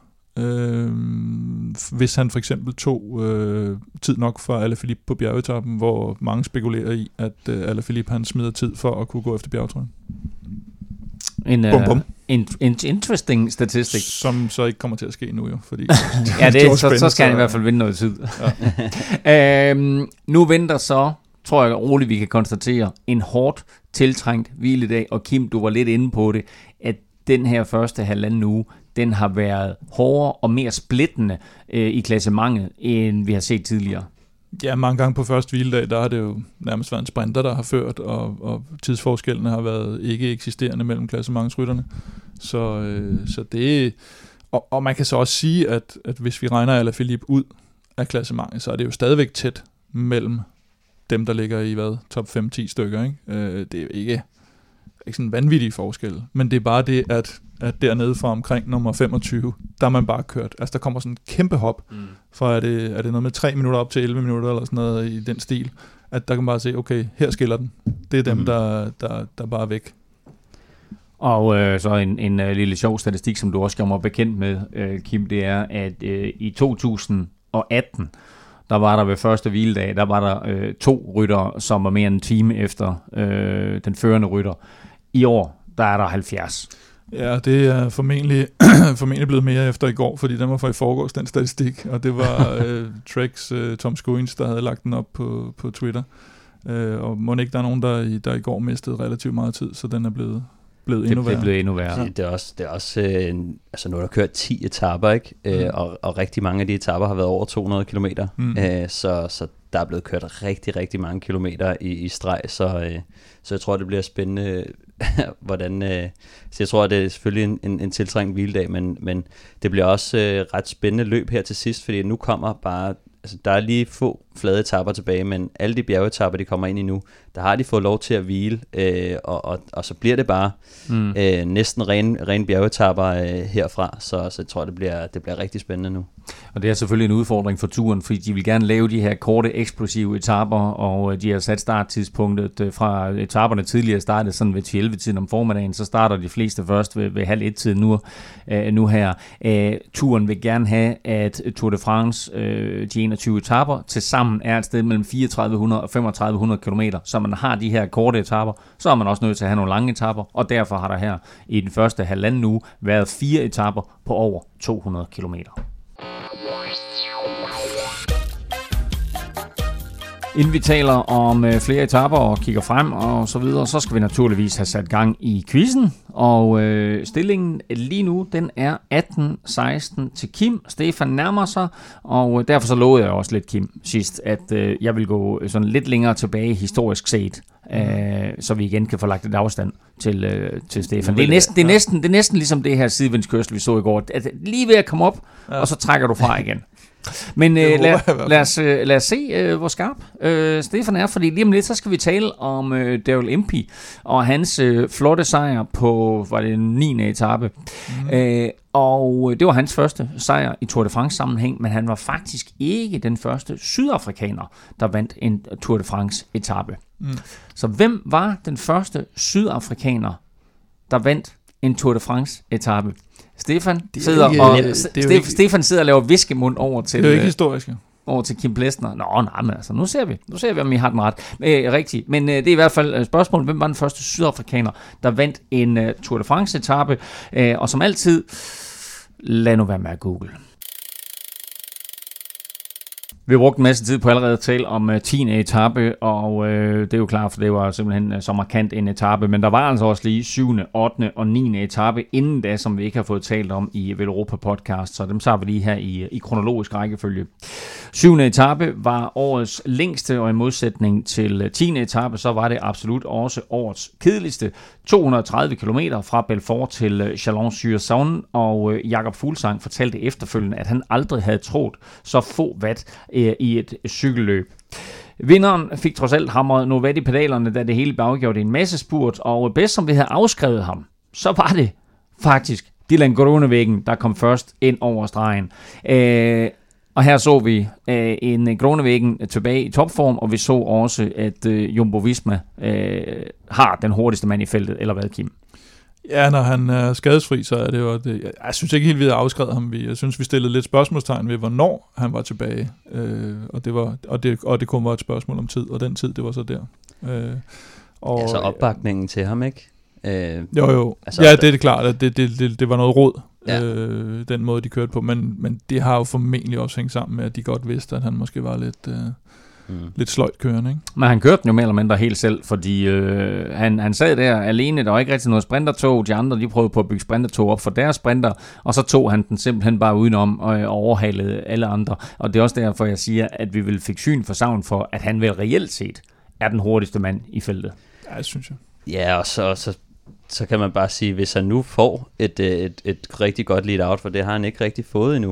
E: hvis han for eksempel tog tid nok for Alaphilippe på bjergetappen, hvor mange spekulerer i, at Alaphilippe han smider tid for at kunne gå efter bjergetrøjen.
C: En interesting statistik.
E: Som så ikke kommer til at ske nu jo, fordi...
C: ja, så skal han i hvert fald vinde noget tid. Ja. Nu venter så, tror jeg roligt, vi kan konstatere, en hårdt tiltrængt hviledag, og Kim, du var lidt inde på det, at den her første halvanden uge, den har været hårdere og mere splittende i klassementet, end vi har set tidligere.
E: Ja, mange gange på første hviledag, der har det jo nærmest været en sprinter, der har ført, og tidsforskellene har været ikke eksisterende mellem klassementsrytterne. Så det... Og man kan så også sige, at hvis vi regner Alaphilippe ud af klassementet, så er det jo stadigvæk tæt mellem dem, der ligger i, top 5-10 stykker, ikke? Det er jo ikke sådan en vanvittig forskel, men det er bare det, at dernede fra omkring nummer 25, der er man bare kørt. Altså der kommer sådan et kæmpe hop, fra er det noget med 3 minutter op til 11 minutter, eller sådan noget i den stil, at der kan man bare se, okay, her skiller den. Det er dem, der bare er væk.
C: Og så en lille sjov statistik, som du også gjorde mig bekendt med, Kim, det er, at i 2018, der var der ved første hviledag, der var der 2 ryttere, som var mere end en time efter den førende rytter. I år, der er der 70.
E: Ja, det er formentlig blevet mere efter i går, fordi den var fra i forgårs, den statistik, og det var Treks Tom Skuins, der havde lagt den op på Twitter. Og må ikke der er nogen, der i går mistede relativt meget tid, så den er blevet endnu værre.
C: Det er blevet endnu værre.
D: Det er også altså nu er der kørt 10 etaper, ikke? Og rigtig mange af de etaper har været over 200 kilometer. Så der er blevet kørt rigtig, rigtig mange kilometer i streg, så jeg tror, det bliver spændende, hvordan... Så jeg tror, det er selvfølgelig en tiltrængt hviledag, men det bliver også ret spændende løb her til sidst, fordi nu kommer bare... Altså, der er lige få flade etaper tilbage, men alle de bjergetapper, de kommer ind i nu, der har de fået lov til at hvile, og så bliver det bare næsten ren bjergetapper herfra, så jeg tror, det bliver rigtig spændende nu. Og
C: det er selvfølgelig en udfordring for turen, fordi de vil gerne lave de her korte, eksplosive etaper, og de har sat starttidspunktet fra etaperne tidligere startede sådan ved 11-tiden om formiddagen, så starter de fleste først ved 12:30 nu her. Turen vil gerne have, at Tour de France, de 21 etaper, til sammen er et sted mellem 3400 og 3500 kilometer, så man har de her korte etaper, så er man også nødt til at have nogle lange etaper, og derfor har der her i den første halvanden uge været 4 etaper på over 200 kilometer. Inden vi taler om flere etaper og kigger frem og så videre, så skal vi naturligvis have sat gang i quizzen. Og stillingen lige nu, den er 18-16 til Kim. Stefan nærmer sig, og derfor så lovede jeg også lidt, Kim, sidst, at jeg vil gå sådan lidt længere tilbage historisk set, så vi igen kan få lagt et afstand til Stefan. Det er næsten ligesom det her sidevindskørsel, vi så i går. At lige ved at komme op, og så trækker du fra igen. Men lad os se, hvor skarp Stefan er, fordi lige om lidt, så skal vi tale om Daryl Impey og hans flotte sejr på, var det 9. etape. Og det var hans første sejr i Tour de France sammenhæng, men han var faktisk ikke den første sydafrikaner, der vandt en Tour de France etape. Så hvem var den første sydafrikaner, der vandt en Tour de France etape? Stefan sidder og laver viskemund over til...
E: Det er jo ikke historisk,
C: over til Kim Plesner. Nej, men altså, nu ser vi, om I har den ret. Rigtigt. Men det er i hvert fald spørgsmålet, hvem var den første sydafrikaner, der vandt en Tour de France etape? Og som altid, lad nu være med at google. Vi har brugt en masse tid på allerede at tale om 10. etape, og det er jo klart, for det var simpelthen så markant en etape, men der var altså også lige 7., 8. og 9. etape inden da, som vi ikke har fået talt om i Velropa podcast, så dem tager vi lige her i kronologisk rækkefølge. 7. etape var årets længste, og i modsætning til 10. etape, så var det absolut også årets kedeligste. 230 km fra Belfort til Chalon-sur-Saône, og Jakob Fuglsang fortalte efterfølgende, at han aldrig havde troet så få watt i et cykelløb. Vinderen fik trods alt hamret noget watt i pedalerne, da det hele blev afgjort i en masse spurt, og bedst som vi havde afskrevet ham, så var det faktisk Dylan Groenewegen, der kom først ind over stregen. Og her så vi en Groenewegen tilbage i topform, og vi så også, at Jumbo Visma har den hurtigste mand i feltet, eller hvad, Kim?
E: Ja, når han er skadesfri, så er det jo... Jeg synes ikke helt, vi havde afskrevet ham. Jeg synes, vi stillede lidt spørgsmålstegn ved, hvornår han var tilbage. Og det kunne være et spørgsmål om tid, og den tid, det var så der.
D: Og, så opbakningen til ham, ikke?
E: Jo. Altså, ja, det er klart, at det var noget råd, den måde, de kørte på. Men det har jo formentlig også hængt sammen med, at de godt vidste, at han måske var lidt sløjt kørende, ikke?
C: Men han kørte den jo mere eller mindre helt selv, fordi han sad der alene, der var ikke rigtig noget sprintertog, de andre de prøvede på at bygge sprintertog op for deres sprinter, og så tog han den simpelthen bare udenom og overhalede alle andre, og det er også derfor, jeg siger, at vi vil fik syn for savn for, at han vel reelt set er den hurtigste mand i feltet.
E: Ja, det synes jeg.
D: Ja, og så kan man bare sige, hvis han nu får et rigtig godt lead-out, for det har han ikke rigtig fået endnu,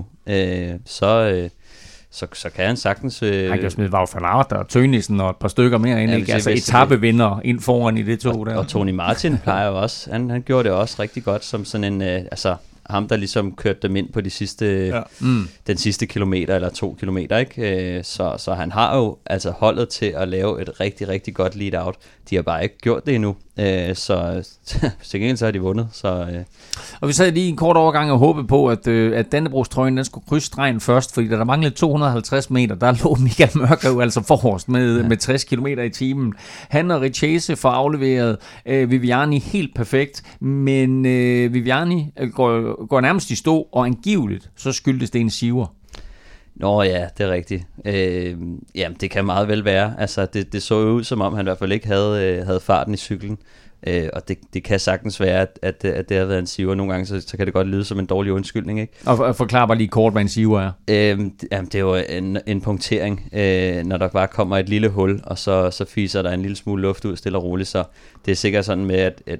D: så kan han sagtens...
C: Han kan smide Wout van Aert og Tønissen og et par stykker mere ind, ikke? Altså etapevinder ind foran i det tog der.
D: Og Tony Martin plejer jo også, han gjorde det også rigtig godt som sådan en... ham, der ligesom kørte dem ind på de sidste, den sidste kilometer eller 2 kilometer, ikke? Så han har jo altså holdet til at lave et rigtig, rigtig godt lead-out. De har bare ikke gjort det endnu, så til gengæld så har de vundet.
C: Og vi sad lige en kort overgang og håbede på, at Dannebrogstrøjen den skulle krydse stregen først, fordi da der manglede 250 meter, der lå Michael Mørker jo altså forrest med 60 km i timen. Han og Richese får afleveret Viviani helt perfekt, men Viviani går nærmest i stå, og angiveligt så skyldtes det en siver.
D: Nå ja, det er rigtigt. Jamen, det kan meget vel være. Altså, det så jo ud, som om han i hvert fald ikke havde farten i cyklen. Og det kan sagtens være, at det har været en siver. Nogle gange, så kan det godt lyde som en dårlig undskyldning, ikke?
C: Og forklar bare lige kort, hvad en siver er.
D: Jamen, det er jo en punktering, når der bare kommer et lille hul, og så fiser der en lille smule luft ud, stille og roligt. Så det er sikkert sådan med, at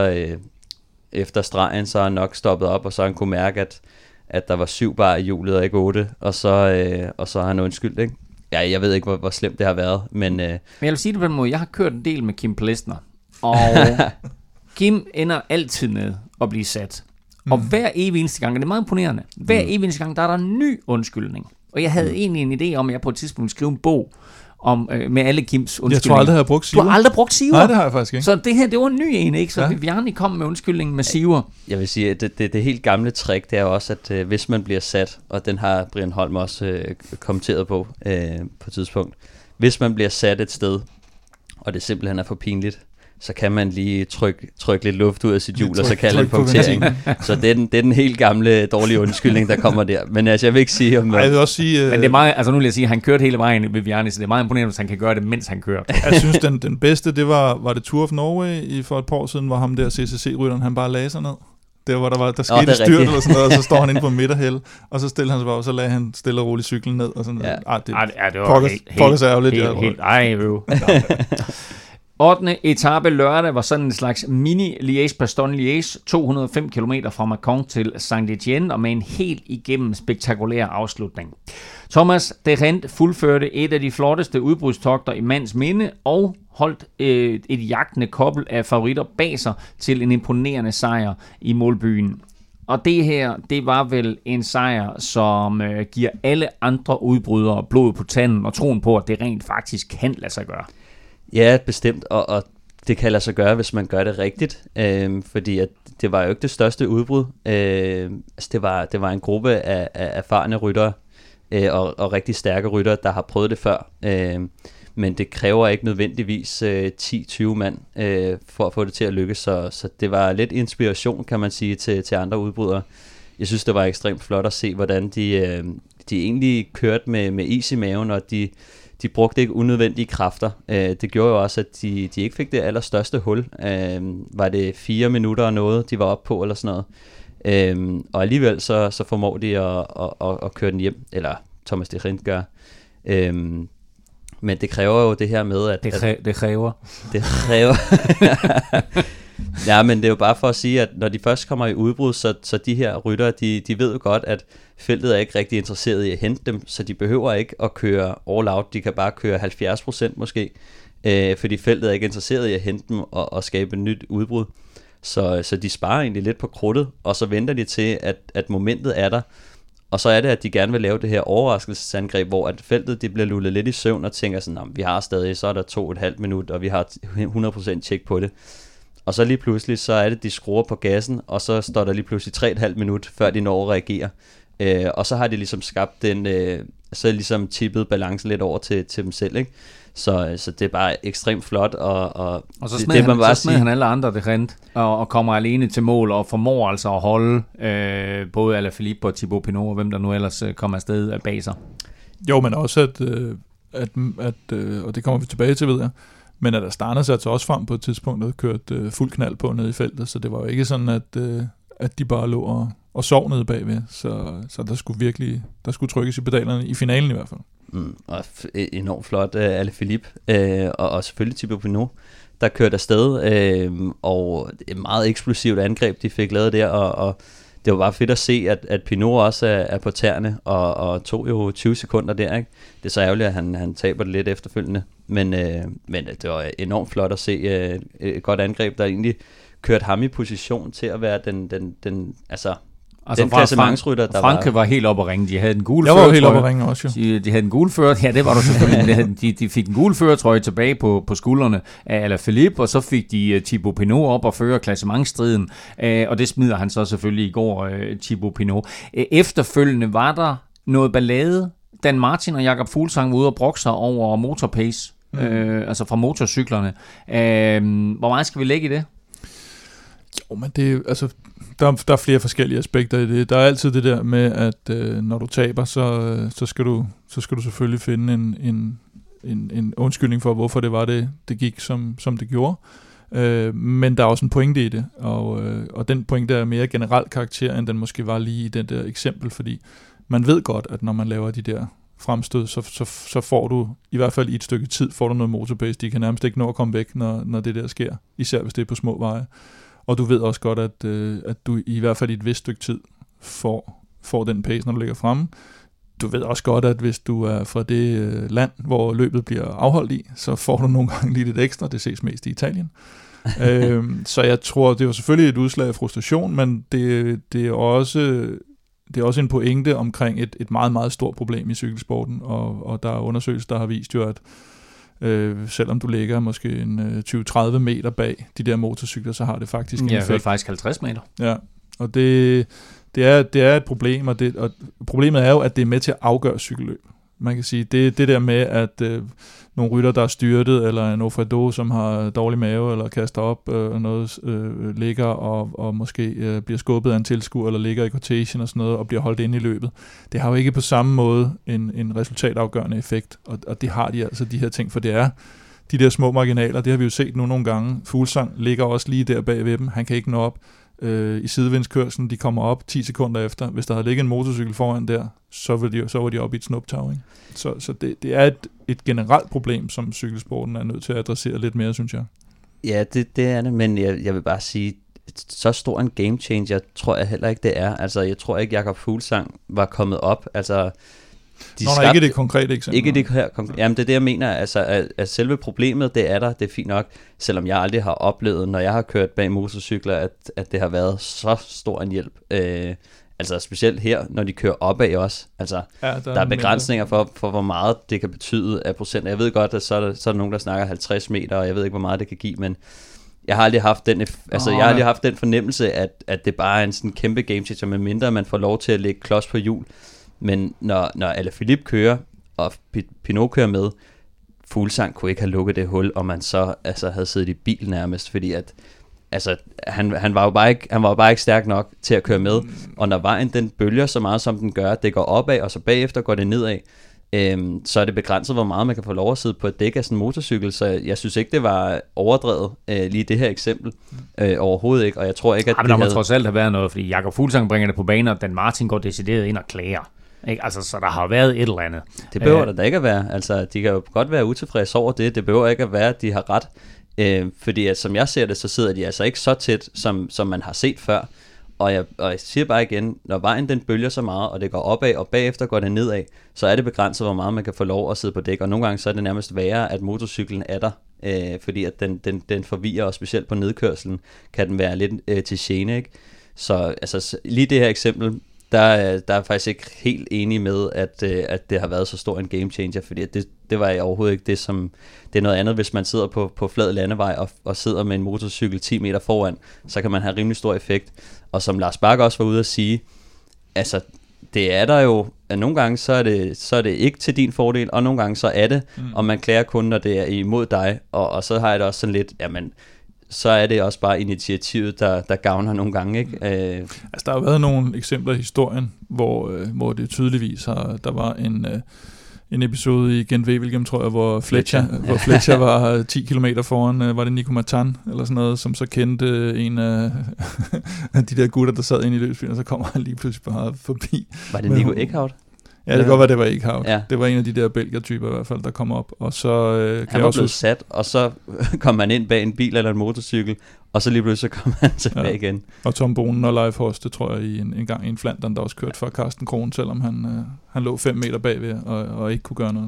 D: efter stregen, så har han nok stoppet op, og så han kunne mærke, at der var 7 bar i hjulet og ikke 8, og så har han undskyldt, ikke? Ja, jeg ved ikke, hvor slemt det har været, men... Men
C: jeg vil sige det på den måde, jeg har kørt en del med Kim Plesner, og Kim ender altid med at blive sat. Og hver evig eneste gang, og det er meget imponerende, hver evig eneste gang, der er der en ny undskyldning. Og jeg havde egentlig en idé om, at jeg på et tidspunkt skrive en bog med alle Kims undskyldninger.
E: Jeg tror aldrig, jeg har brugt siver.
C: Du har aldrig brugt siver?
E: Nej, det har jeg faktisk ikke.
C: Så det her, det var en ny en, ikke? Så Viviani kom med undskyldningen med siver.
D: Jeg vil sige, at det helt gamle trick, det er også, at hvis man bliver sat, og den har Brian Holm også kommenteret på et tidspunkt, hvis man bliver sat et sted, og det simpelthen er for pinligt, så kan man lige trykke lidt luft ud af sit hjul, og så kalde det punktering. Så det er den helt gamle, dårlige undskyldning, der kommer der. Men altså, jeg vil ikke sige om...
E: Jeg vil også sige...
C: Men det er meget... Altså, nu vil jeg sige, at han kørte hele vejen ved Viviani, så det er meget imponerende, hvis han kan gøre det, mens han kører.
E: Jeg synes, den bedste, det var det Tour of Norway for et par år siden, hvor ham der CCC-rytteren, han bare lagde sig ned. Der, hvor der skete et styrt eller sådan noget, og så står han inde på midterhæld, og så stiller han sig bare, og så lagde han stille og roligt cyklen ned, og sådan.
C: Det var helt ærgerligt. 8. etape lørdag var sådan en slags mini Liège-Bastogne-Liège, 205 km fra Mâcon til Saint-Étienne, og med en helt igennem spektakulær afslutning. Thomas de Gendt fuldførte et af de flotteste udbrudstogter i mands minde, og holdt et jagtende kobbel af favoritter bag sig til en imponerende sejr i målbyen. Og det her, det var vel en sejr, som giver alle andre udbrydere blod på tanden og troen på, at det rent faktisk kan lade sig gøre.
D: Ja, bestemt, og det kan lade sig gøre, hvis man gør det rigtigt, fordi at det var jo ikke det største udbrud. Altså det var en gruppe af erfarne ryttere og rigtig stærke ryttere, der har prøvet det før. Men det kræver ikke nødvendigvis 10-20 mand for at få det til at lykkes, så det var lidt inspiration, kan man sige, til andre udbrydere. Jeg synes, det var ekstremt flot at se, hvordan de egentlig kørte med is i maven, og de brugte ikke unødvendige kræfter. Det gjorde jo også, at de ikke fik det allerstørste hul. Var det 4 minutter og noget, de var oppe på, eller sådan noget. Og alligevel så formår de at køre den hjem, eller Thomas de Gendt gør. Men det kræver jo det her med, at...
C: Det kræver.
D: Ja, men det er jo bare for at sige, at når de først kommer i udbrud, så de her ryttere, de ved jo godt, at feltet er ikke rigtig interesseret i at hente dem, så de behøver ikke at køre all out. De kan bare køre 70% måske, fordi feltet er ikke interesseret i at hente dem og skabe et nyt udbrud. Så de sparer egentlig lidt på krudtet, og så venter de til, at momentet er der. Og så er det, at de gerne vil lave det her overraskelsesangreb, hvor at feltet de bliver lullet lidt i søvn og tænker sådan, vi har stadig, så er der 2,5 minut, og vi har 100% tjek på det. Og så lige pludselig, så er det, de skruer på gassen, og så står der lige pludselig 3,5 minut, før de når at reagere. Og så har de ligesom skabt den, så ligesom tippet balancen lidt over til dem selv, ikke? Så det er bare ekstremt flot, og
C: så smed han alle andre det rent, og kommer alene til mål, og formår altså at holde både Alaphilippe og Thibaut Pinot, og hvem der nu ellers kommer afsted bag sig.
E: Jo, men også at og det kommer vi tilbage til, ved jeg, men at Astana satte også frem på et tidspunkt og kørte fuld knald på nede i feltet, så det var jo ikke sådan, at de bare lå og sov nede bagved, så der skulle trykkes i pedalerne, i finalen i hvert fald.
D: Og enormt flot Alaphilippe, og selvfølgelig Thibaut Pinot, der kørte afsted, og et meget eksplosivt angreb, de fik lavet der, og det var bare fedt at se, at Pinot også er på tæerne, og tog jo 20 sekunder der, ikke? Det er så ærgerligt, at han taber det lidt efterfølgende, men det var enormt flot at se et godt angreb, der egentlig kørte ham i position til at være den klassementsrytter, der
C: Frankrig var helt oppe at ringe. De havde en gul førertrøje.
E: Jeg var helt oppe at ringe også, jo.
C: De havde en gul førertrøje. Ja, det var du selvfølgelig. De fik en gul førertrøje tilbage på skuldrene af Alaphilippe, og så fik de Thibaut Pinot op og føre klassementsstriden. Og det smider han så selvfølgelig i går, Thibaut Pinot. Efterfølgende var der noget ballade. Dan Martin og Jakob Fuglsang var ude og brokke sig over motorpace, altså fra motorcyklerne. Hvor meget skal vi lægge i det?
E: Jo, men det er altså... Der er flere forskellige aspekter i det. Der er altid det der med, at når du taber, så skal du selvfølgelig finde en undskyldning for, hvorfor det var det gik, som det gjorde. Men der er også en pointe i det, og den pointe er mere generel karakter, end den måske var lige i den der eksempel, fordi man ved godt, at når man laver de der fremstød, så får du, i hvert fald i et stykke tid, får du noget motorbase. De kan nærmest ikke nå at komme væk, når det der sker, især hvis det er på små veje. Og du ved også godt, at du i hvert fald i et vist stykke tid får den pace, når du ligger fremme. Du ved også godt, at hvis du er fra det land, hvor løbet bliver afholdt i, så får du nogle gange lige lidt ekstra. Det ses mest i Italien. Så jeg tror, det er jo selvfølgelig et udslag af frustration, men det er også en pointe omkring et meget, meget stort problem i cykelsporten. Og der er undersøgelser, der har vist jo, at selvom du ligger måske en 20-30 meter bag de der motorcykler, så har det faktisk en effekt.
C: Ja, faktisk 50 meter.
E: Ja, og det er et problem, og problemet er jo, at det er med til at afgøre cykelløb. Man kan sige, det der med, at nogle rytter, der er styrtet, eller en Ofredo, som har dårlig mave, eller kaster op, og noget ligger og måske bliver skubbet af en tilskuer, eller ligger i quotation og sådan noget, og bliver holdt inde i løbet. Det har jo ikke på samme måde en resultatafgørende effekt, og det har de altså, de her ting, for det er de der små marginaler, det har vi jo set nu nogle gange. Fuglsang ligger også lige der bag ved dem, han kan ikke nå op. i sidevindskørslen, de kommer op 10 sekunder efter. Hvis der havde ligget en motorcykel foran der, så var de oppe i et snuptag, ikke? Så det er et generelt problem, som cykelsporten er nødt til at adressere lidt mere, synes jeg.
D: Ja, det er det, men jeg vil bare sige, så stor en game changer tror jeg heller ikke, det er. Altså, jeg tror ikke, Jakob Fuglsang var kommet op. Altså,
E: ikke det konkrete eksempel.
D: Ikke det her konkrete. Jamen, det er det, jeg mener. Altså, at selve problemet, det er der. Det er fint nok, selvom jeg aldrig har oplevet, når jeg har kørt bag motorcykler, at det har været så stor en hjælp. Altså, specielt her, når de kører opad også. Altså, der er begrænsninger for, hvor meget det kan betyde af procent. Jeg ved godt, at så er der nogen, der snakker 50 meter, og jeg ved ikke, hvor meget det kan give, men jeg har aldrig haft den fornemmelse, at det bare er en sådan kæmpe game changer, med mindre man får lov til at lægge klods på hjul. Men når Alaphilippe kører, og Pinot kører med, Fuglsang kunne ikke have lukket det hul, og man så havde siddet i bil nærmest, fordi at han var jo bare ikke stærk nok til at køre med, og når vejen den bølger så meget, som den gør, det går opad, og så bagefter går det nedad, så er det begrænset, hvor meget man kan få lov at sidde på et dæk af sådan en motorcykel, så jeg synes ikke, det var overdrevet, lige det her eksempel, overhovedet ikke, og jeg tror ikke, at
C: men der må trods alt have været noget, fordi Jakob Fuglsang bringer det på banen, og Dan Martin går decideret ind og klager. Ikke? Altså, så der har været et eller andet.
D: Det behøver der da ikke at være. Altså, de kan jo godt være utilfredse over det. Det behøver ikke at være, at de har ret. Fordi at, som jeg ser det, så sidder de altså ikke så tæt, som man har set før. Og jeg siger bare igen, når vejen den bølger så meget, og det går opad, og bagefter går det nedad, så er det begrænset, hvor meget man kan få lov at sidde på dæk. Og nogle gange så er det nærmest værre, at motorcyklen er der, fordi at den forvirrer, og specielt på nedkørslen kan den være lidt til gene, ikke? Så altså, lige det her eksempel, der er faktisk ikke helt enig med, at det har været så stor en game changer, fordi det var overhovedet ikke det, som... Det er noget andet, hvis man sidder på flad landevej og sidder med en motorcykel 10 meter foran, så kan man have rimelig stor effekt. Og som Lars Bak også var ude at sige, altså, det er der jo, at nogle gange så er det ikke til din fordel, og nogle gange så er det, og man klager kun, når det er imod dig, og så har jeg det også sådan lidt, jamen, så er det også bare initiativet, der gavner nogle gange, ikke?
E: Altså, der har været nogle eksempler i historien, hvor det tydeligvis har, der var en episode i Gent-Wevelgem, tror jeg, hvor Fletcher var 10 kilometer foran, var det Nico Martin, eller sådan noget, som så kendte en af de der gutter, der sad inde i løbsbilen, og så kommer han lige pludselig bare forbi.
D: Var det Nico Eckhout?
E: Ja, det kan godt være, det var Eckhout. Ja. Det var en af de der belgier-typer i hvert fald, der kom op. Og så,
D: han var blevet sat, og så kom han ind bag en bil eller en motorcykel, og så lige pludselig så kom han tilbage igen.
E: Og Tom Bonen og Leif Hoste, tror jeg, en gang i en Flandern, der også kørte for Carsten Krohn, selvom han lå 5 meter bagved og ikke kunne gøre noget.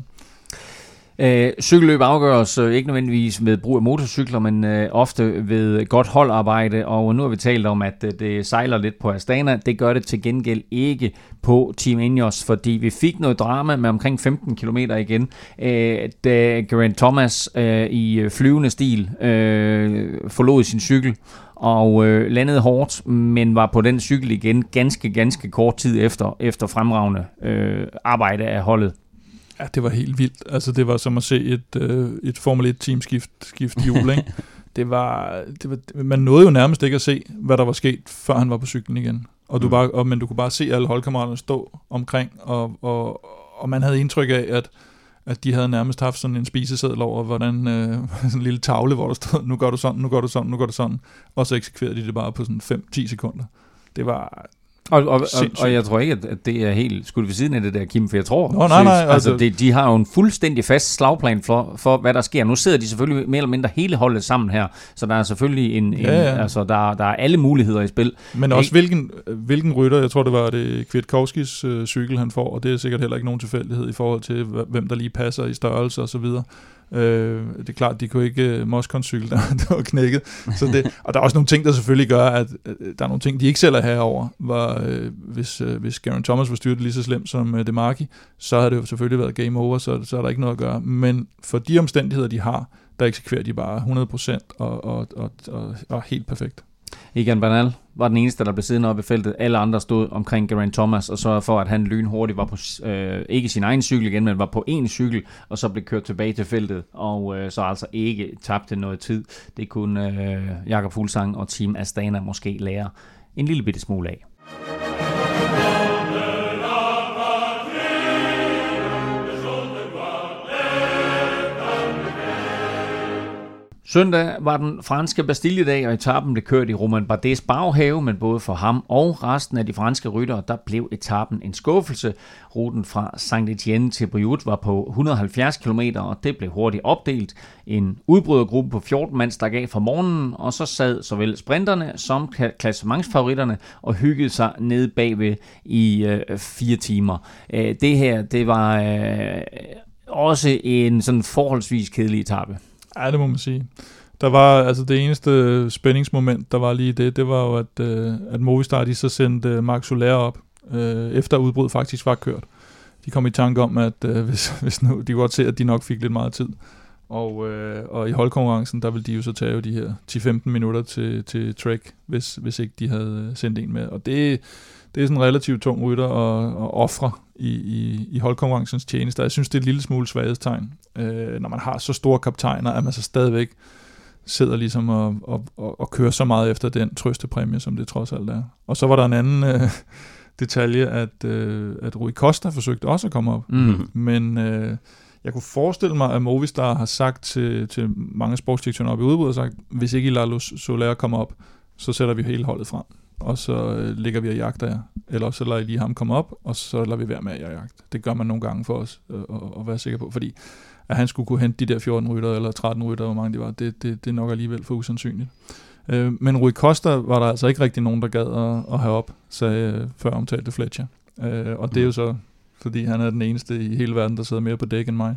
C: Cykelløb afgøres ikke nødvendigvis ved brug af motorcykler, men ofte ved godt holdarbejde, og nu har vi talt om, at det sejler lidt på Astana. Det gør det til gengæld ikke på Team Ineos, fordi vi fik noget drama med omkring 15 km igen, da Geraint Thomas i flyvende stil forlod sin cykel og landede hårdt, men var på den cykel igen ganske kort tid efter fremragende arbejde af holdet.
E: Ja, det var helt vildt. Altså, det var som at se et Formel 1-team skifte hjul, ikke? det var, man nåede jo nærmest ikke at se, hvad der var sket, før han var på cyklen igen. Men du kunne bare se alle holdkammeraterne stå omkring, og man havde indtryk af, at de havde nærmest haft sådan en spiseseddel over, hvordan sådan en lille tavle, hvor der stod, nu gør du sådan, nu gør du sådan, nu gør du sådan, og så eksekverede de det bare på sådan 5-10 sekunder. Det var...
C: Og jeg tror ikke, at det er helt skudt ved siden af det der, Kim, for jeg tror,
E: nej,
C: altså, de har jo en fuldstændig fast slagplan for, hvad der sker. Nu sidder de selvfølgelig mere eller mindre hele holdet sammen her, så der er selvfølgelig altså, der er alle muligheder i spil.
E: Men også hvilken rytter, jeg tror det var det Kwiatkowskis cykel, han får, og det er sikkert heller ikke nogen tilfældighed i forhold til, hvem der lige passer i størrelse og så videre. Det er klart, de kunne ikke Moscon-cykel, der var knækket. Og der er også nogle ting, der selvfølgelig gør, at der er nogle ting, de ikke selv er herover. Hvis Geraint Thomas var styrt lige så slemt som Demarchi, så har det jo selvfølgelig været game over, så er der ikke noget at gøre. Men for de omstændigheder, de har, der eksekverer de bare 100% og helt perfekt.
C: Egan Bernal var den eneste, der blev siddende oppe i feltet. Alle andre stod omkring Geraint Thomas og sørgede for, at han lynhurtigt var på ikke sin egen cykel igen, men var på en cykel, og så blev kørt tilbage til feltet, og så altså ikke tabte noget tid. Det kunne Jakob Fuglsang og Team Astana måske lære en lille bitte smule af. Søndag var den franske Bastilledag, og etappen blev kørt i Romain Bardets baghave, men både for ham og resten af de franske ryttere, der blev etappen en skuffelse. Ruten fra Saint-Étienne til Brioude var på 170 km, og det blev hurtigt opdelt. En udbrydergruppe på 14 mand stak af fra morgenen, og så sad såvel sprinterne som klassementsfavoritterne og hyggede sig nede bagved i 4 timer. Det her, det var også en sådan forholdsvis kedelig etape.
E: Ja, det må man sige. Der var altså det eneste spændingsmoment, der var lige det var jo, at Movistar de så sendte Marc Soler op, efter udbruddet faktisk var kørt. De kom i tanke om, at hvis nu, de kunne godt se, at de nok fik lidt meget tid. Og i holdkonkurrencen, der ville de jo så tage de her 10-15 minutter til Trek, hvis ikke de havde sendt en med. Og det er sådan en relativt tung rytter at ofre i holdkonkurrencens tjeneste. Jeg synes, det er et lille smule svaghedstegn, når man har så store kaptajner, at man så stadigvæk sidder ligesom og kører så meget efter den trøstepræmie, som det trods alt er. Og så var der en anden detalje, at Rui Costa forsøgte også at komme op. Men jeg kunne forestille mig, at Movistar har sagt til mange sportsdirektører op i udbud, og sagt, hvis ikke I lader Soler komme op, så sætter vi hele holdet frem. Og så ligger vi og jagter jer. Eller så lader I lige ham komme op, og så lader vi være med at jagte. Det gør man nogle gange for os at være sikker på, fordi at han skulle kunne hente de der 14 rytter eller 13 rytter, hvor mange de var, det er nok alligevel for usandsynligt. Men Rui Costa var der altså ikke rigtig nogen, der gad at have op, sagde før omtalte Fletcher. Og det er jo så, fordi han er den eneste i hele verden, der sidder mere på dæk end mig.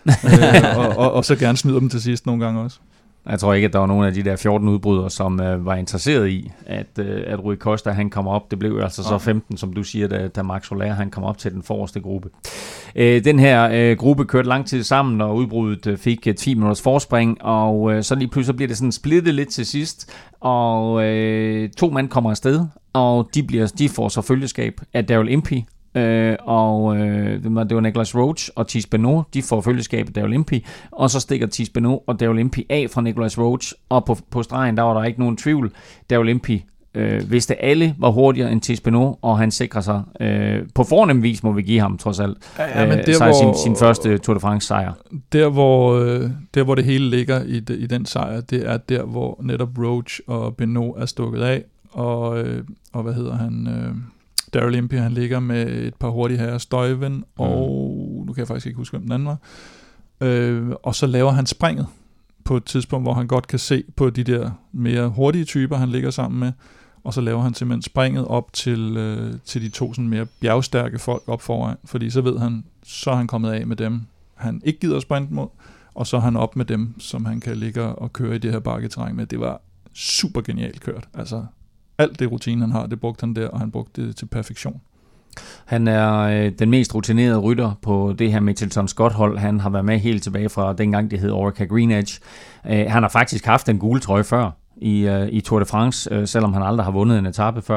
E: og så gerne snyder dem til sidst nogle gange også.
C: Jeg tror ikke, at der var nogen af de der 14 udbrydere, som var interesseret i, at Rui Costa han kom op. Det blev jo altså så 15, som du siger, da Marc Soler han kom op til den forreste gruppe. Den her gruppe kørte lang tid sammen, og udbruddet fik 10 minutters forspring, og så lige pludselig bliver det sådan splittet lidt til sidst, og 2 mand kommer afsted, og de får så følgeskab af Daryl Impey, og det var Nicolas Roche og Thies Benoit, de får følgeskab af Daryl Impey, og så stikker Thies Benoit og Daryl Impey af fra Nicolas Roche, og på stregen, der var der ikke nogen tvivl. Daryl Impey vidste alle var hurtigere end Thies Benoit, og han sikrer sig på fornem vis, må vi give ham trods alt, sin første Tour de France sejr.
E: Der hvor det hele ligger i den sejr, det er der hvor netop Roche og Benoit er stukket af, og hvad hedder han, Daryl Impey, han ligger med et par hurtige herrer, Stuyven, og nu kan jeg faktisk ikke huske, hvem den anden var. Og så laver han springet på et tidspunkt, hvor han godt kan se på de der mere hurtige typer, han ligger sammen med, og så laver han simpelthen springet op til de 2 sådan mere bjergstærke folk op foran, fordi så ved han, så er han kommet af med dem, han ikke gider at sprinte mod, og så er han op med dem, som han kan ligge og køre i det her bakketerræn med. Det var super genialt kørt, altså alt det rutine, han har, det brugte han der, og han brugte det til perfektion.
C: Han er den mest rutinerede rytter på det her Mitchelton Scott-hold. Han har været med helt tilbage fra dengang, det hed Orica Green Edge. Han har faktisk haft en gule trøje før i Tour de France, selvom han aldrig har vundet en etape før.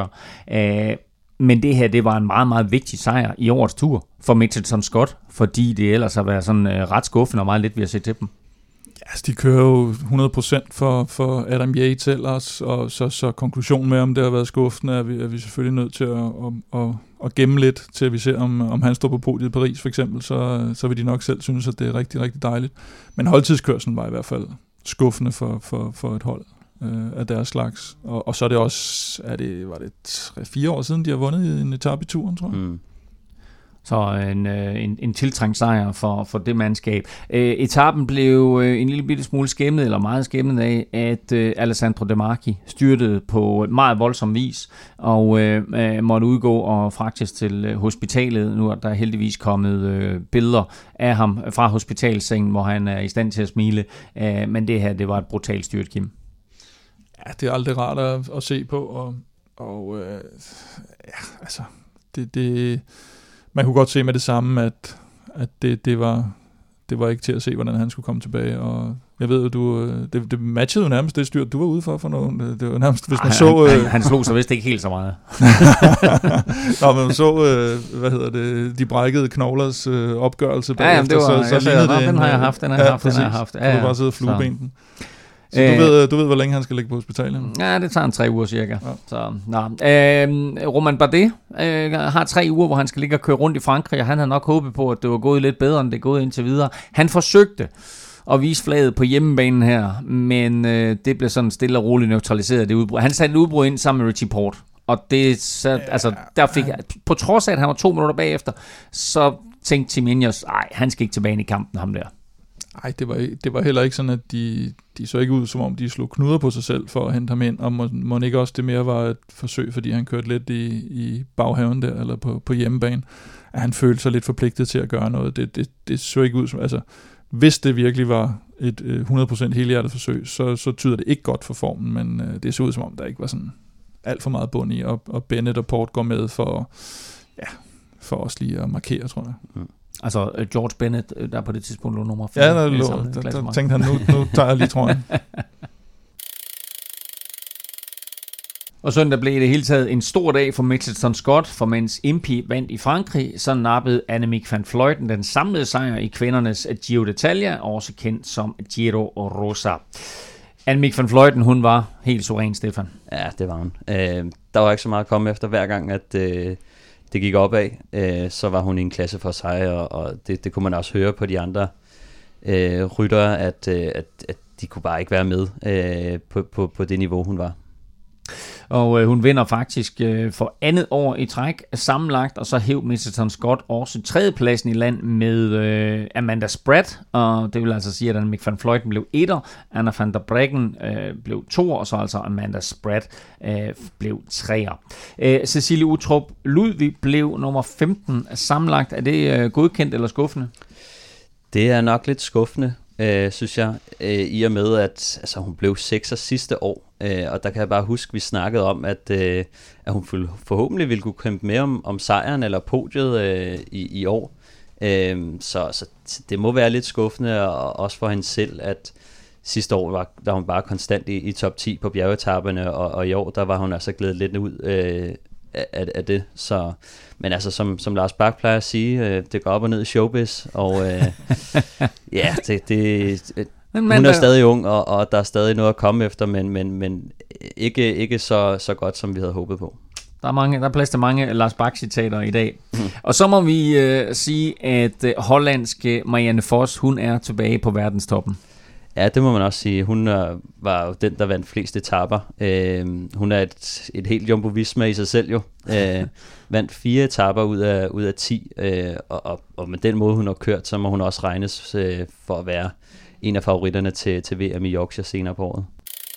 C: Men det her, det var en meget, meget vigtig sejr i årets tur for Mitchelton Scott, fordi det ellers har været sådan ret skuffende og meget lidt, vi har set til dem.
E: Altså, de kører jo 100% for Adam Yates ellers, og så konklusionen med, om det har været skuffende, er vi selvfølgelig nødt til at gemme lidt, til vi ser, om han står på podiet i Paris for eksempel, så vil de nok selv synes, at det er rigtig, rigtig dejligt. Men holdtidskørslen var i hvert fald skuffende for et hold af deres slags. Og så er det også, var det 3-4 år siden, de har vundet en etape i turen, tror jeg.
C: Så en tiltrængt sejr for det mandskab. Etappen blev en lille bitte smule skæmmet, eller meget skæmmet af, at Alessandro De Marchi styrtede på meget voldsom vis, og måtte udgå og fragtes til hospitalet. Nu er der heldigvis kommet billeder af ham fra hospitalsengen, hvor han er i stand til at smile. Men det her, det var et brutalt styrt, Kim.
E: Ja, det er aldrig rart at se på, og altså, det man kunne godt se med det samme, at det var ikke til at se, hvordan han skulle komme tilbage, og jeg ved jo, det matchede jo nærmest det styrt, du var ude for noget. Det var nærmest, hvis man så...
C: Han slog sig vist ikke helt så meget.
E: Nå, men man så, de brækkede knoglers opgørelse bagefter,
C: det var, så lignede det. Den har jeg haft, den har jeg haft.
E: Ja, du bare sidde og flueben. Så du ved, hvor længe han skal ligge på hospitalet?
C: Ja, det tager en 3 uger cirka. Ja. Så, Romain Bardet har 3 uger, hvor han skal ligge og køre rundt i Frankrig, og han havde nok håbet på, at det var gået lidt bedre, end det er gået indtil videre. Han forsøgte at vise flaget på hjemmebanen her, men det blev sådan stille og roligt neutraliseret, det udbrud. Han satte et udbrud ind sammen med Richie Porte, og det så, altså, der fik, på trods af, at han var 2 minutter bagefter, så tænkte Tim Ingers, han skal ikke tilbage i kampen, ham der.
E: Nej, det var heller ikke sådan, at de så ikke ud, som om de slog knuder på sig selv for at hente ham ind, og må ikke også det mere var et forsøg, fordi han kørte lidt i baghaven der, eller på hjemmebane, at han følte sig lidt forpligtet til at gøre noget. Det så ikke ud som, altså, hvis det virkelig var et 100% helhjertet forsøg, så tyder det ikke godt for formen, men det så ud som om, der ikke var sådan alt for meget bund i, og Bennett og Port går med for os lige at markere, tror jeg. Mm.
C: Altså George Bennett, der på det tidspunkt lå nummer 5.
E: Ja, der tænkte han, nu tager jeg lige trøjen.
C: Og søndag blev det hele taget en stor dag for Mitchelton Scott, for mens Impey vandt i Frankrig, så nappede Annemiek van Vleuten den samlede sejr i kvindernes Giro d'Italia, også kendt som Giro Rosa. Annemiek van Vleuten, hun var helt suveræn, Stefan.
D: Ja, det var hun. Der var ikke så meget at komme efter hver gang, at det gik opad, så var hun i en klasse for sig, og det kunne man også høre på de andre ryttere, at de kunne bare ikke være med på det niveau, hun var.
C: Og hun vinder faktisk for andet år i træk sammenlagt, og så hæv Mitchelton Scott også tredjepladsen i land med Amanda Spratt, og det vil altså sige, at Annemiek van Vleuten blev 1'er, Anna van der Breggen blev 2'er, og så altså Amanda Spratt blev 3'er. Cecilie Uttrup Ludwig blev nummer 15 sammenlagt. Er det godkendt eller skuffende?
D: Det er nok lidt skuffende, synes jeg, i og med, at altså, hun blev 6'er sidste år, og der kan jeg bare huske, vi snakkede om, at hun forhåbentlig ville kunne kæmpe med om sejren eller podiet i år. Så det må være lidt skuffende, og også for hende selv, at sidste år var hun bare konstant i top 10 på bjergetapperne, og i år der var hun altså glædet lidt ud af det. Så, men altså, som Lars Bak plejer at sige, det går op og ned i showbiz, og ja, hun er stadig ung, og der er stadig noget at komme efter, men ikke så godt, som vi havde håbet på.
C: Der er plads til mange Lars Bak-citater i dag. Og så må vi sige, at hollandske Marianne Vos, hun er tilbage på verdenstoppen.
D: Ja, det må man også sige. Hun var jo den, der vandt flest etaper. Hun er et helt Jumbo Visma i sig selv jo. Vandt 4 etaper ud af 10, og med den måde, hun har kørt, så må hun også regnes for at være en af favoritterne til VM i Yorkshire senere på året.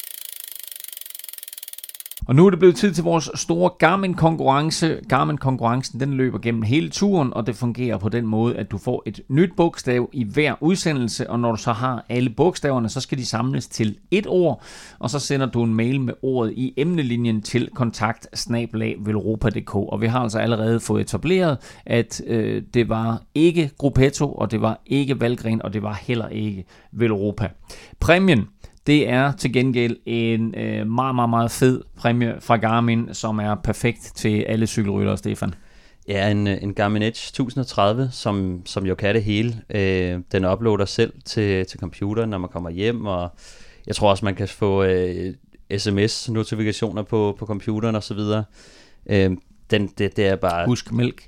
C: Og nu er det blevet tid til vores store Garmin-konkurrence. Garmin-konkurrencen, den løber gennem hele turen, og det fungerer på den måde, at du får et nyt bogstav i hver udsendelse, og når du så har alle bogstaverne, så skal de samles til et ord, og så sender du en mail med ordet i emnelinjen til kontakt@velropa.dk. Og vi har altså allerede fået etableret, at det var ikke Gruppetto, og det var ikke Valgren, og det var heller ikke Velropa. Præmien, det er til gengæld en meget, meget, meget fed præmie fra Garmin, som er perfekt til alle cykelryttere, Stefan.
D: Ja, en Garmin Edge 1030, som jo kan det hele. Den uploader selv til computeren, når man kommer hjem, og jeg tror også, man kan få SMS-notifikationer på computeren og så videre. Det er bare...
C: Husk mælk.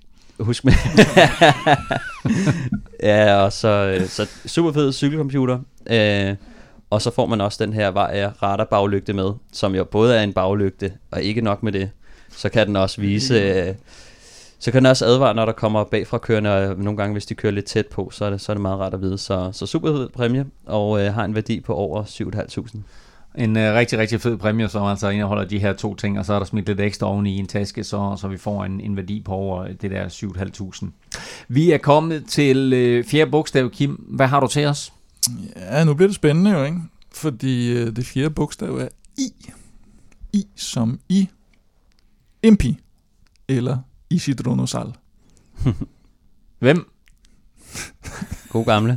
D: Ja, og så super fed cykelcomputer. Og så får man også den her radarbagslygte med, som jo både er en baglygte, og ikke nok med det. Så kan den også vise, så kan den også advare, når der kommer bagfra kørende, og nogle gange, hvis de kører lidt tæt på, så er det meget rart at vide. Så super fed præmie, og har en værdi på over 7.500.
C: En rigtig, rigtig fed præmie, som altså indeholder de her 2 ting, og så er der smidt lidt ekstra oven i en taske, så vi får en værdi på over det der 7.500. Vi er kommet til 4. bogstav, Kim. Hvad har du til os?
E: Ja, nu bliver det spændende jo, ikke? Fordi det 4. bogstav er I. I som i Impey, eller Isidronosal.
C: Hvem?
D: God gamle.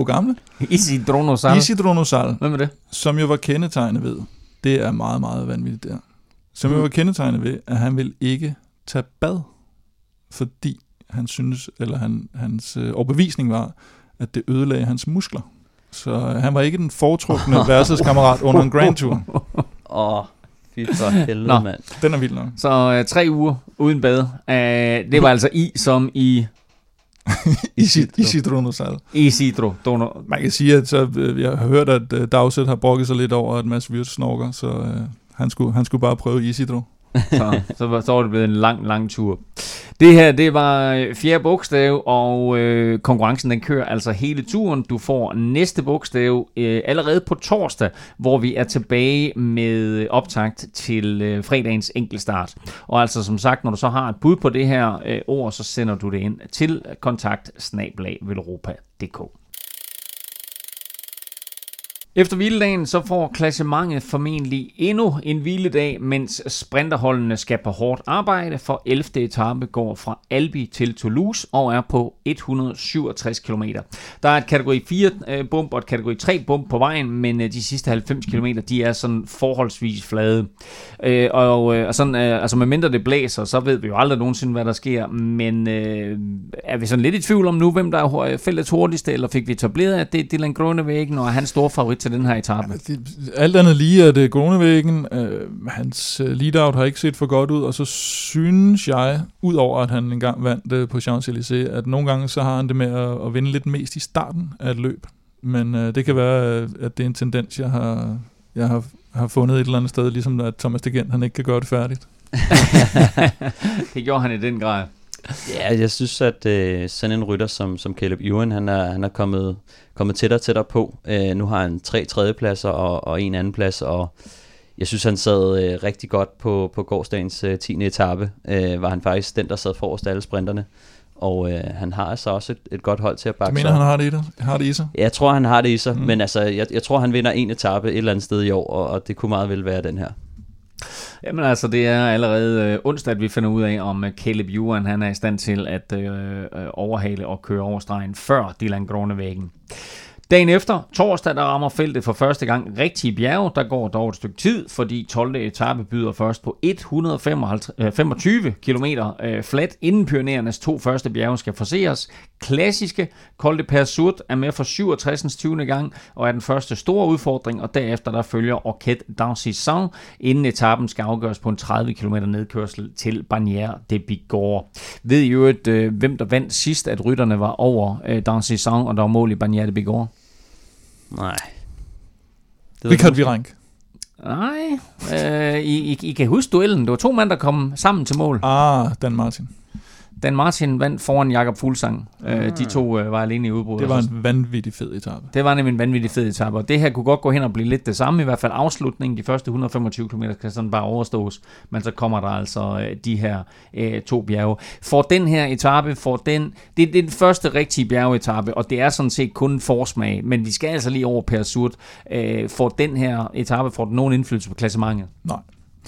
C: Isidronosal. Hvem er det?
E: Som jo var kendetegnet ved, det er meget, meget vanvittigt der, som jo var kendetegnet ved, at han ville ikke tage bad, fordi han synes, eller hans overbevisning var, at det ødelagde hans muskler. Så han var ikke den foretrukne versuskammerat under en Grand Tour.
D: Fy for helvede, mand.
E: Den er vild nok.
C: Så 3 uger uden bad. Det var altså I som i
E: Isidro Nosal.
C: Isidro.
E: Man kan sige, at jeg har hørt, at Dowsett har brokket sig lidt over, at Mads Wirtz snorker, så han skulle bare prøve Isidro.
C: Så var det blevet en lang tur. Det her, det var fjerde bogstav, og konkurrencen den kører altså hele turen. Du får næste bogstav allerede på torsdag, hvor vi er tilbage med optakt til fredagens enkeltstart. Og altså som sagt, når du så har et bud på det her ord, så sender du det ind til kontakt@velropa.dk. Efter hviledagen så får klassementet formentlig endnu en hviledag, mens sprinterholdene skal på hårdt arbejde, for 11. etape går fra Albi til Toulouse og er på 167 km. Der er et kategori 4 bump og et kategori 3 bump på vejen, men de sidste 90 km de er sådan forholdsvis flade. Og sådan, altså medmindre det blæser, så ved vi jo aldrig nogensinde, hvad der sker, men er vi sådan lidt i tvivl om nu, hvem der er fældets hurtigste, eller fik vi etableret, at det er Dylan Groenewegen, og hans store favorit til den her etape?
E: Alt andet lige er det Groenewegen. Hans lead-out har ikke set for godt ud, og så synes jeg, udover at han engang vandt på Champs-Élysées, at nogle gange så har han det med at vinde lidt mest i starten af et løb. Men det kan være, at det er en tendens, jeg har fundet et eller andet sted, ligesom at Thomas de Gendt, han ikke kan gøre det færdigt.
C: Det gjorde han i den grad.
D: Ja, jeg synes, at sådan en rytter som Caleb Ewan, han er kommet tættere på. Nu har han 3 tredjepladser og en anden plads, og jeg synes, han sad rigtig godt på gårsdagens 10. etape. Var han faktisk den, der sad forrest af alle sprinterne. Og han har altså også et godt hold til at bakke sig.
E: Du mener, han har det i sig?
D: Jeg tror, han har det i sig, men altså, jeg tror, han vinder en etape et eller andet sted i år, og det kunne meget vel være den her.
C: Jamen altså, det er allerede onsdag, at vi finder ud af, om Caleb Ewan han er i stand til at overhale og køre over stregen før Dylan Groenewegen. Dagen efter, torsdag, der rammer feltet for første gang rigtige bjerge. Der går dog et stykke tid, fordi 12. etape byder først på 125 km flat, inden Pyrenæernes 2 første bjerge skal forceres. Klassiske Col de Persourt er med for 67. 20. gang og er den første store udfordring, og derefter der følger Orquet d'Ancison, inden etappen skal afgøres på en 30 km nedkørsel til Bagnères de Bigorre. Ved I jo, hvem der vandt sidst, at rytterne var over d'Ancison, og der var mål i Bagnères de Bigorre?
D: Nej.
E: Richard Virenque.
C: Nej. I kan huske duellen. Det var 2 mænd, der kom sammen til mål.
E: Dan Martin.
C: Dan Martin vandt foran Jakob Fuglsang. De 2 var alene i udbrud.
E: Det var en vanvittig fed etape.
C: Det var nemlig en vanvittig fed etape, og det her kunne godt gå hen og blive lidt det samme. I hvert fald afslutningen, de første 125 km kan sådan bare overstås, men så kommer der altså de her 2 bjerge. For den her etape, det er den første rigtige bjergetape, og det er sådan set kun en forsmag, men vi skal altså lige over Persourt. For den her etape, får den nogen indflydelse på klassementet?
E: Nej.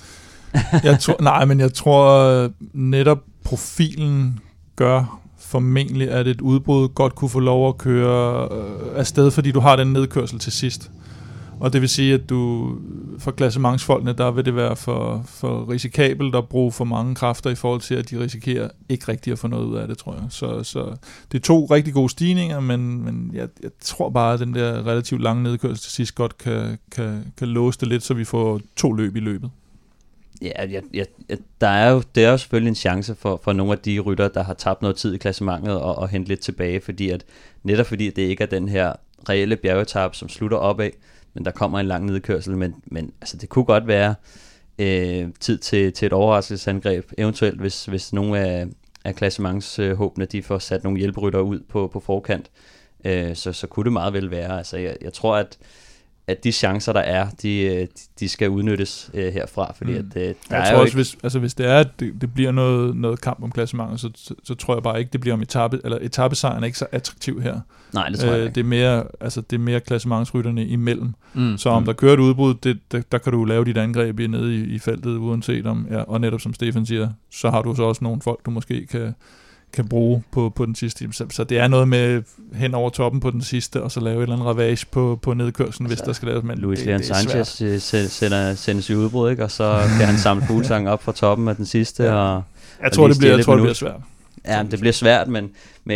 E: Men jeg tror netop profilen gør formentlig, at et udbrud godt kunne få lov at køre afsted, fordi du har den nedkørsel til sidst. Og det vil sige, at du for klassementsfolkene, der vil det være for risikabelt at bruge for mange kræfter i forhold til, at de risikerer ikke rigtig at få noget ud af det, tror jeg. Så det er 2 rigtig gode stigninger, men jeg tror bare, at den der relativt lange nedkørsel til sidst godt kan låse det lidt, så vi får 2 løb i løbet.
D: Ja, det er jo selvfølgelig en chance for nogle af de ryttere, der har tabt noget tid i klassementet og hente lidt tilbage, fordi det ikke er den her reelle bjergetape, som slutter opad, men der kommer en lang nedkørsel, men altså, det kunne godt være tid til et overraskelsesangreb, eventuelt hvis nogle af klassementshåbene, de får sat nogle hjælperyttere ud på forkant, så kunne det meget vel være. Altså, jeg tror, at de chancer, der er, de skal udnyttes herfra, fordi at der
E: jeg tror også, hvis det er, at det bliver noget kamp om klassementet, så tror jeg bare ikke, det bliver om etapesejren er ikke så attraktiv her.
D: Nej, det tror jeg ikke.
E: Det er mere klassementsrytterne imellem. Så om der kører et udbrud, der kan du lave dit angreb nede i feltet, uanset om, og netop som Stefan siger, så har du så også nogle folk, du måske kan bruge på den sidste. Så det er noget med hen over toppen på den sidste, og så lave et eller andet ravage på nedkørslen, hvis der skal laves. Men
D: Luis Leon Sanchez sendes i udbrud, ikke? Og så kan han samle Fuglsang op fra toppen af den sidste. Ja.
E: Jeg tror, det bliver svært.
D: Ja, det bliver svært, men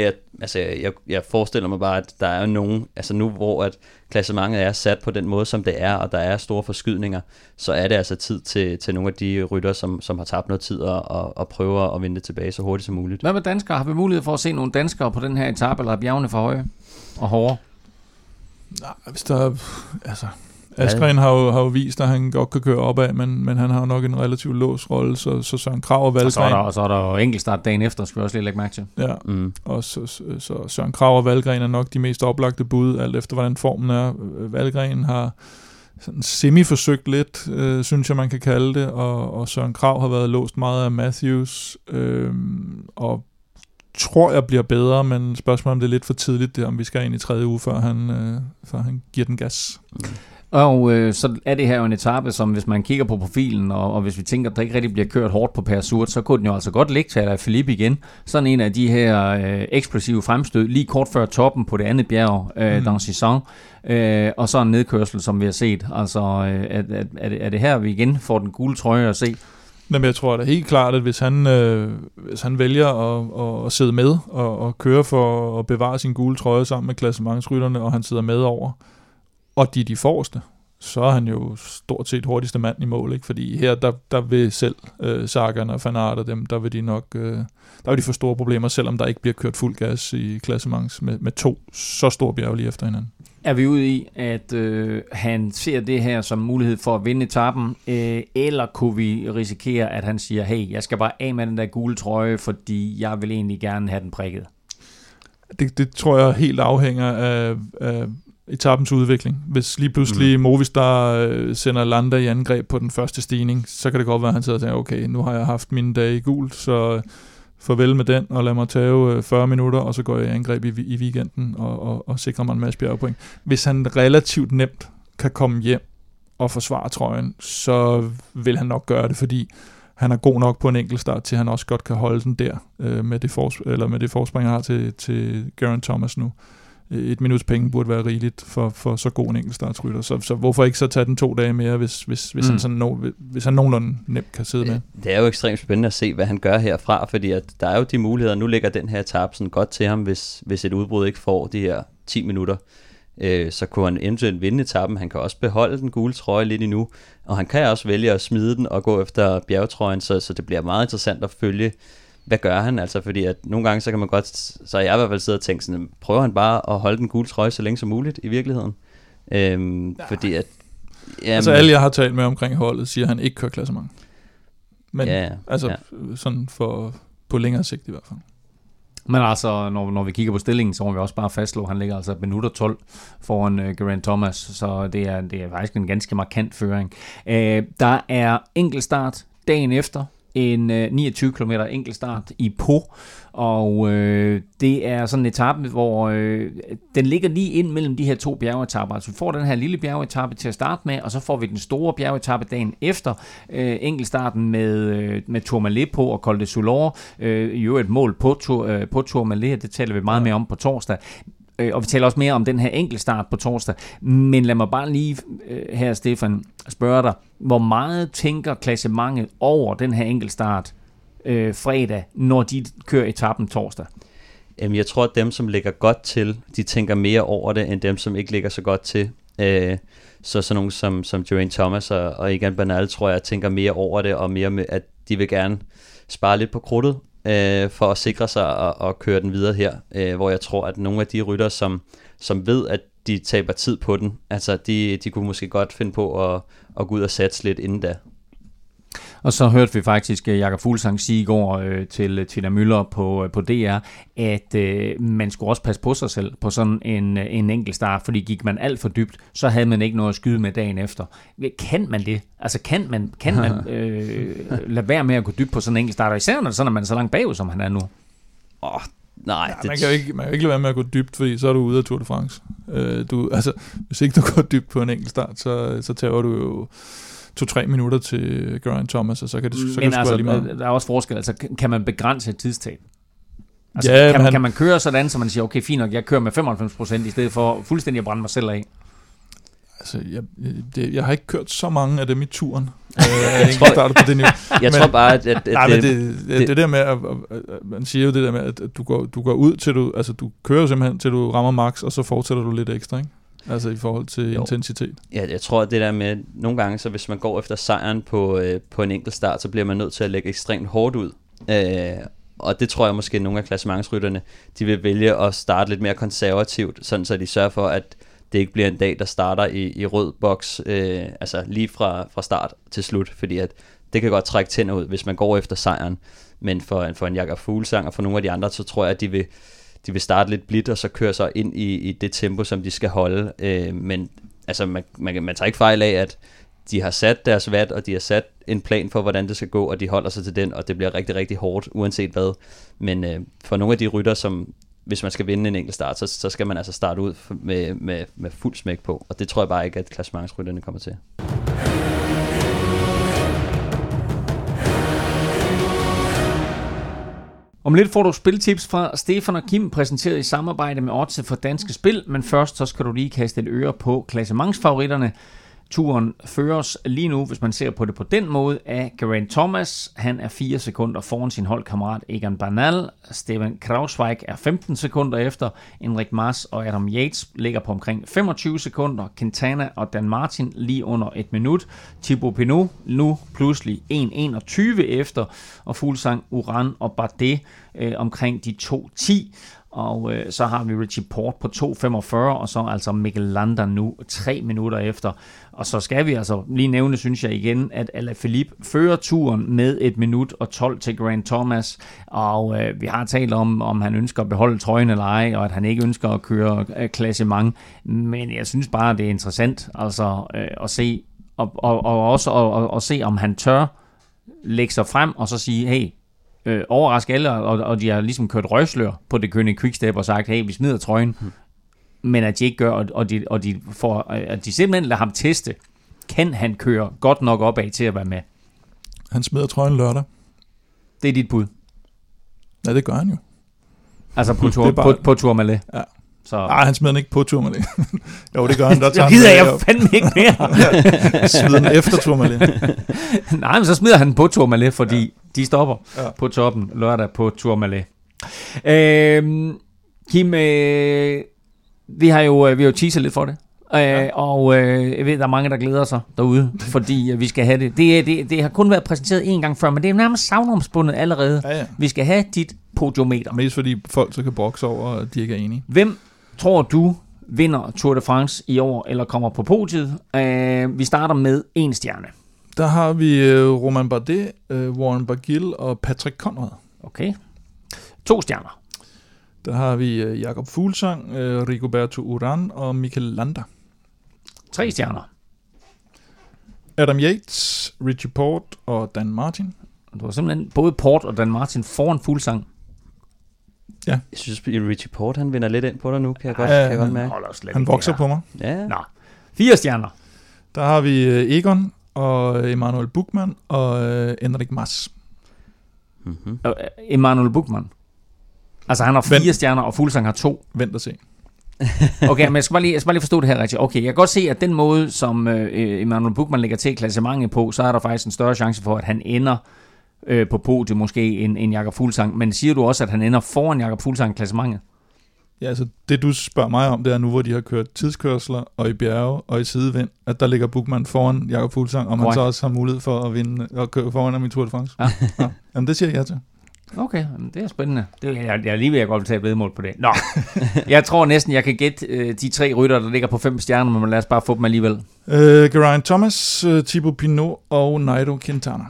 D: jeg forestiller mig bare, at der er nogen, altså nu hvor at klassementet er sat på den måde, som det er, og der er store forskydninger, så er det altså tid til nogle af de rytter, som har tabt noget tid og prøver at vinde det tilbage så hurtigt som muligt.
C: Hvad med danskere? Har vi mulighed for at se nogle danskere på den her etape, eller er bjergene for høje og hårde?
E: Nej, hvis der Askren har jo vist, at han godt kan køre opad, men han har jo nok en relativt lås rolle, så Søren Kragh og Valgren...
C: Og så er der jo enkeltstart dagen efter, skal vi også lige lægge mærke til.
E: Ja, og så Søren Kragh og Valgren er nok de mest oplagte bud, alt efter hvordan formen er. Valgren har sådan semi-forsøgt lidt, synes jeg man kan kalde det, og Søren Kragh har været låst meget af Matthews, og tror jeg bliver bedre, men spørgsmålet om det er lidt for tidligt, det om vi skal ind i 3. uge, før han giver den gas.
C: Og så er det her jo en etape, som hvis man kigger på profilen, og hvis vi tænker, at der ikke rigtig bliver kørt hårdt på Per Surt, så kunne den jo altså godt ligge til Alaphilippe igen. Sådan en af de her eksplosive fremstød, lige kort før toppen på det andet bjerg, Dancison, og så en nedkørsel, som vi har set. Altså, er det her, vi igen får den gule trøje at se?
E: Men jeg tror da helt klart, at hvis han vælger at sidde med og køre for at bevare sin gule trøje sammen med klassementsrytterne, og han sidder med over, og de forreste, så er han jo stort set hurtigste mand i mål, ikke? Fordi her, der vil selv Sagan og Van Aert og dem, der vil de nok, der vil de få store problemer, selvom der ikke bliver kørt fuld gas i klassements med 2 så store bjerge lige efter hinanden.
C: Er vi ude i, at han ser det her som mulighed for at vinde etappen, eller kunne vi risikere, at han siger, hey, jeg skal bare af med den der gule trøje, fordi jeg vil egentlig gerne have den prikket?
E: Det tror jeg helt afhænger af etapens udvikling. Hvis lige pludselig Movistar sender Landa i angreb på den første stigning, så kan det godt være, at han sidder og tænker, okay, nu har jeg haft mine dage i gult, så farvel med den, og lad mig tage 40 minutter, og så går jeg i angreb i weekenden, og sikrer mig en masse bjergepoint. Hvis han relativt nemt kan komme hjem og forsvare trøjen, så vil han nok gøre det, fordi han er god nok på en enkeltstart, til han også godt kan holde den der, med det forspring, han har til Geraint Thomas nu. 1 minuts penge burde være rigeligt for så god en enkeltstartsrytter. Så hvorfor ikke så tage den 2 dage mere, hvis han nogenlunde nemt kan sidde med? Det
D: er jo ekstremt spændende at se, hvad han gør herfra, fordi at der er jo de muligheder. Nu ligger den her etape sådan godt til ham, hvis et udbrud ikke får de her 10 minutter. Så kunne han eventuelt vinde etappen. Han kan også beholde den gule trøje lidt endnu, og han kan også vælge at smide den og gå efter bjergetrøjen, så det bliver meget interessant at følge, hvad gør han? Altså, fordi at nogle gange, så kan man godt, så jeg i hvert fald siddet og tænkt sådan, prøver han bare at holde den gule trøje så længe som muligt i virkeligheden? Fordi at... Jamen,
E: altså alle, jeg har talt med omkring holdet, siger, at han ikke kører klassement. Men sådan på længere sigt i hvert fald.
C: Men altså, når vi kigger på stillingen, så må vi også bare fastslå, at han ligger altså minutter 12 foran Geraint Thomas, så det er faktisk en ganske markant føring. Der er enkeltstart dagen efter, en 29 km enkeltstart i Pau, og det er sådan en etape, hvor den ligger lige ind mellem de her 2 bjergetapper. Altså vi får den her lille bjergetappe til at starte med, og så får vi den store bjergetappe dagen efter enkeltstarten med Tourmalet på og Col de Soulor. I øvrigt et mål på Tourmalet, det taler vi meget mere om på torsdag. Og vi taler også mere om den her enkeltstart på torsdag. Men lad mig bare lige her, Stefan, spørge dig, hvor meget tænker klassementet over den her enkeltstart fredag, når de kører etappen torsdag?
D: Jeg tror, at dem, som ligger godt til, de tænker mere over det, end dem, som ikke ligger så godt til. Så sådan nogle som Geraint Thomas og Egan Bernal, tror jeg, tænker mere over det, og mere med, at de vil gerne spare lidt på krudtet, for at sikre sig og køre den videre her, hvor jeg tror, at nogle af de rytter, som ved, at de taber tid på den, altså de kunne måske godt finde på at gå ud og satse lidt inden da.
C: Og så hørte vi faktisk Jakob Fuglsang sige i går til Tina Müller på DR, at man skulle også passe på sig selv på sådan en enkelt start, fordi gik man alt for dybt, så havde man ikke noget at skyde med dagen efter. Kan man det? Altså kan man lade være med at gå dybt på sådan en enkelt start, og især når man er så langt bagud, som han er nu?
E: Nej, man kan jo ikke lade være med at gå dybt, fordi så er du ude af Tour de France. Hvis ikke du går dybt på en enkelt start, så tager du jo 2-3 minutter til Geraint Thomas, og så kan det sgu lige meget.
C: Der er også forskel. Altså, kan man begrænse et tidstab? Altså, kan man køre sådan, så man siger, okay, fint nok, jeg kører med 95%, i stedet for fuldstændig at brænde mig selv af?
E: Altså, jeg har ikke kørt så mange af dem i turen, Starter på det niveau.
D: Jeg tror bare, at
E: det der med, at man siger jo det der med, at du går ud til du, altså du kører simpelthen til du rammer max, og så fortsætter du lidt ekstra, ikke? Altså i forhold til intensitet.
D: Ja, jeg tror, at det der med, nogle gange, så hvis man går efter sejren på en enkelt start, så bliver man nødt til at lægge ekstremt hårdt ud. Og det tror jeg måske, at nogle af klassementsrytterne, de vil vælge at starte lidt mere konservativt, sådan så de sørger for, at det ikke bliver en dag, der starter i rød boks, altså lige fra start til slut, fordi at det kan godt trække tænder ud, hvis man går efter sejren. Men for en Jakob Fuglsang og for nogle af de andre, så tror jeg, at de vil starte lidt blidt, og så køre sig ind i det tempo, som de skal holde. Men altså, man tager ikke fejl af, at de har sat deres watt, og de har sat en plan for, hvordan det skal gå, og de holder sig til den, og det bliver rigtig, rigtig hårdt, uanset hvad. Men for nogle af de rytter, som hvis man skal vinde en enkelt start, så skal man altså starte ud med fuld smæk på, og det tror jeg bare ikke, at klassementsrytterne kommer til.
C: Om lidt får du spiltips fra Stefan og Kim, præsenteret i samarbejde med Odds for Danske Spil, men først så skal du lige kaste et øre på klassementsfavoritterne. Turen føres lige nu, hvis man ser på det på den måde, af Geraint Thomas. Han er 4 sekunder foran sin holdkammerat Egan Bernal. Steven Kruijswijk er 15 sekunder efter. Enric Mas og Adam Yates ligger på omkring 25 sekunder. Quintana og Dan Martin lige under 1 minut. Thibaut Pinot nu pludselig 1.21 efter. Og Fuglsang, Uran og Bardet omkring de 2.10. Og så har vi Richie Porte på 2.45, og så altså Mikkel Lander nu 3 minutter efter. Og så skal vi altså lige nævne, synes jeg igen, at Alaphilippe fører turen med 1 minut og 12 til Geraint Thomas. Og vi har talt om han ønsker at beholde trøjen eller ej, og at han ikke ønsker at køre klassement. Men jeg synes bare, det er interessant altså, at se, og også at se, om han tør lægge sig frem og så sige, hey, overraske alle, og de har ligesom kørt røgslør på det kønne Quickstep og sagt, hey, vi smider trøjen, men at de ikke gør, at de simpelthen lader ham teste, kan han køre godt nok opad til at være med.
E: Han smider trøjen lørdag.
C: Det er dit bud.
E: Ja, det gør han jo.
C: Altså på Tourmalet.
E: Ja.
C: Nej,
E: han smider den ikke på Tourmalet. Jo, det gør han.
C: Der gider jeg fandme ikke mere.
E: Smider den efter Tourmalet.
C: Nej, men så smider han på Tourmalet, fordi de stopper på toppen lørdag på Tourmalet. Kim, vi har jo teaset lidt for det. Og jeg ved, der er mange, der glæder sig derude, fordi vi skal have det. Det har kun været præsenteret en gang før, men det er nærmest savnomsbundet allerede. Ja. Vi skal have dit podiometer.
E: Mest fordi folk så kan brokse over, at de ikke er enige.
C: Hvem tror du vinder Tour de France i år, eller kommer på podiet? Vi starter med 1 stjerne.
E: Der har vi Romain Bardet, Warren Barguil og Patrick Conrad.
C: Okay. 2 stjerner.
E: Der har vi Jakob Fuglsang, Rigoberto Uran og Mikkel Lander.
C: 3 stjerner.
E: Adam Yates, Richie Porte og Dan Martin.
C: Du har simpelthen både Porte og Dan Martin foran Fuglsang.
D: Ja. Jeg synes, at Richie Porte, han vinder lidt ind på dig nu, kan jeg godt mærke.
E: Han vokser på mig.
D: Ja.
C: Nå. 4 stjerner.
E: Der har vi Egon og Emanuel Buchmann og Enric Mas.
C: Mm-hmm. Emanuel Buchmann. Altså han har 4 stjerner, og Fuglsang har 2.
E: Vent og se.
C: Okay, men jeg skal bare lige forstå det her rigtigt. Okay, jeg kan godt se, at den måde, som Emanuel Buchmann lægger til klassementet på, så er der faktisk en større chance for, at han ender på podiet måske end Jakob Fuglsang. Men siger du også, at han ender foran Jakob Fuglsang i klassementet?
E: Ja, altså det du spørger mig om, det er nu, hvor de har kørt tidskørsler og i bjerge og i sidevind, at der ligger Buchmann foran Jakob Fuglsang, og man så også har mulighed for at vinde og køre foran ham i Tour de France. Ja. Ja. Jamen det siger jeg til.
C: Okay, det er spændende. Jeg er lige ved at godt tage et vedmål på det. Nå, jeg tror næsten, jeg kan gætte de 3 rytter, der ligger på 5 stjerner, men lad os bare få dem alligevel.
E: Geraint Thomas, Thibaut Pinot og Nairo Quintana.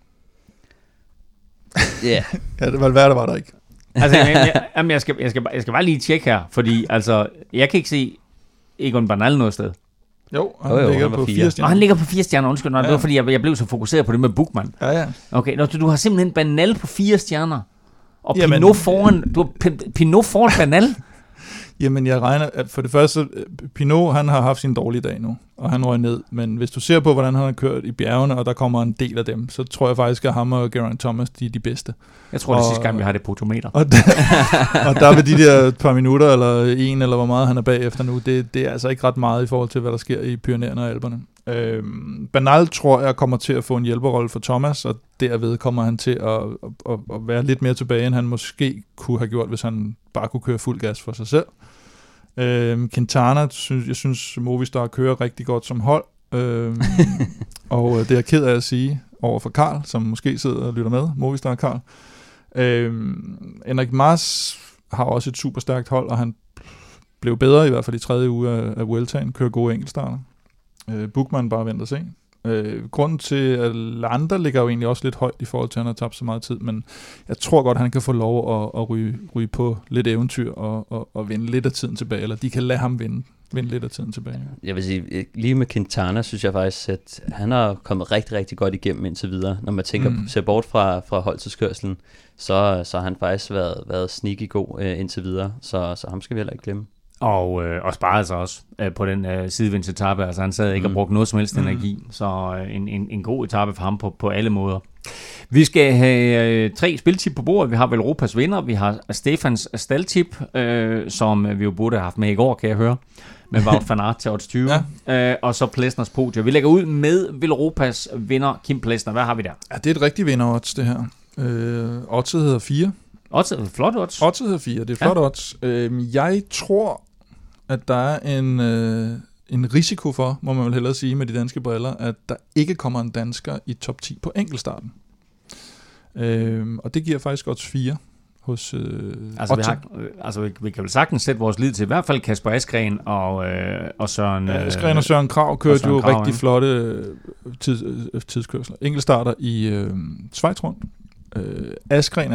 D: Ja.
E: Ja, det var der ikke.
C: Altså, jeg skal bare lige tjekke her, fordi altså, jeg kan ikke se Egan Bernal noget sted.
E: Jo, han ligger på 4 stjerner.
C: Og han ligger på 4 stjerner, undskyld. Det var fordi, jeg blev så fokuseret på det med Buchmann.
E: Ja.
C: Okay, du har simpelthen Bernal på 4 stjerner, og Pinot foran, du har Pinot foran Bernal.
E: Jamen, jeg regner, at for det første, Pinot, han har haft sin dårlige dag nu, og han røg ned. Men hvis du ser på, hvordan han har kørt i bjergene, og der kommer en del af dem, så tror jeg faktisk, at ham og Geraint Thomas, de er de bedste.
C: Jeg tror, det er sidste gang, vi har det podiometer.
E: Og der ved de der par minutter, eller 1, eller hvor meget han er bagefter nu, det er altså ikke ret meget i forhold til, hvad der sker i Pyrenæerne og Alperne. Bernal tror jeg kommer til at få en hjælperrolle for Thomas, og derved kommer han til at være lidt mere tilbage, end han måske kunne have gjort, hvis han bare kunne køre fuld gas for sig selv. Quintana, jeg synes Movistar kører rigtig godt som hold, og det er jeg ked af at sige over for Karl, som måske sidder og lytter med, Movistar Karl. Enric Mas har også et super stærkt hold, og han blev bedre i hvert fald i 3. uge af Vueltaen, kører gode enkeltstarter. Buchmann bare venter og se. Grunden til, at Landa ligger jo egentlig også lidt højt i forhold til, at han har tabt så meget tid, men jeg tror godt, at han kan få lov at ryge på lidt eventyr og vinde lidt af tiden tilbage, eller de kan lade ham vinde lidt af tiden tilbage.
D: Jeg vil sige, lige med Quintana, synes jeg faktisk, at han har kommet rigtig, rigtig godt igennem indtil videre. Når man tænker, ser bort fra holdtidskørslen, så har han faktisk været sneaky god indtil videre, så ham skal vi heller ikke glemme.
C: Og sparede sig også på den sidevindsetappe. Altså han sad ikke og brugte noget som helst energi. Så en god etape for ham på alle måder. Vi skal have 3 spiltip på bordet. Vi har vel Europas vinder. Vi har Stefans staldtip, som vi jo burde have haft med i går, kan jeg høre. Med Wout van Aert til odds 20. Ja. Og så Plesners podie. Vi lægger ud med Velropas vinder Kim Plesner. Hvad har vi der?
E: Ja, det er et rigtigt vinder-odds, det her. Oddset hedder 4.
C: Flot odds.
E: Oddset hedder 4, det er flot odds. Jeg tror, at der er en risiko for, må man vel hellere sige med de danske briller, at der ikke kommer en dansker i top 10 på enkeltstarten. Og det giver faktisk odds 4 hos
C: vi kan vel sagtens sætte vores lid til i hvert fald Kasper Askren og Søren.
E: Ja, Askren og Søren Krag kørte jo rigtig flotte tidskørsler. Enkeltstarter i Schweiz rundt. Askren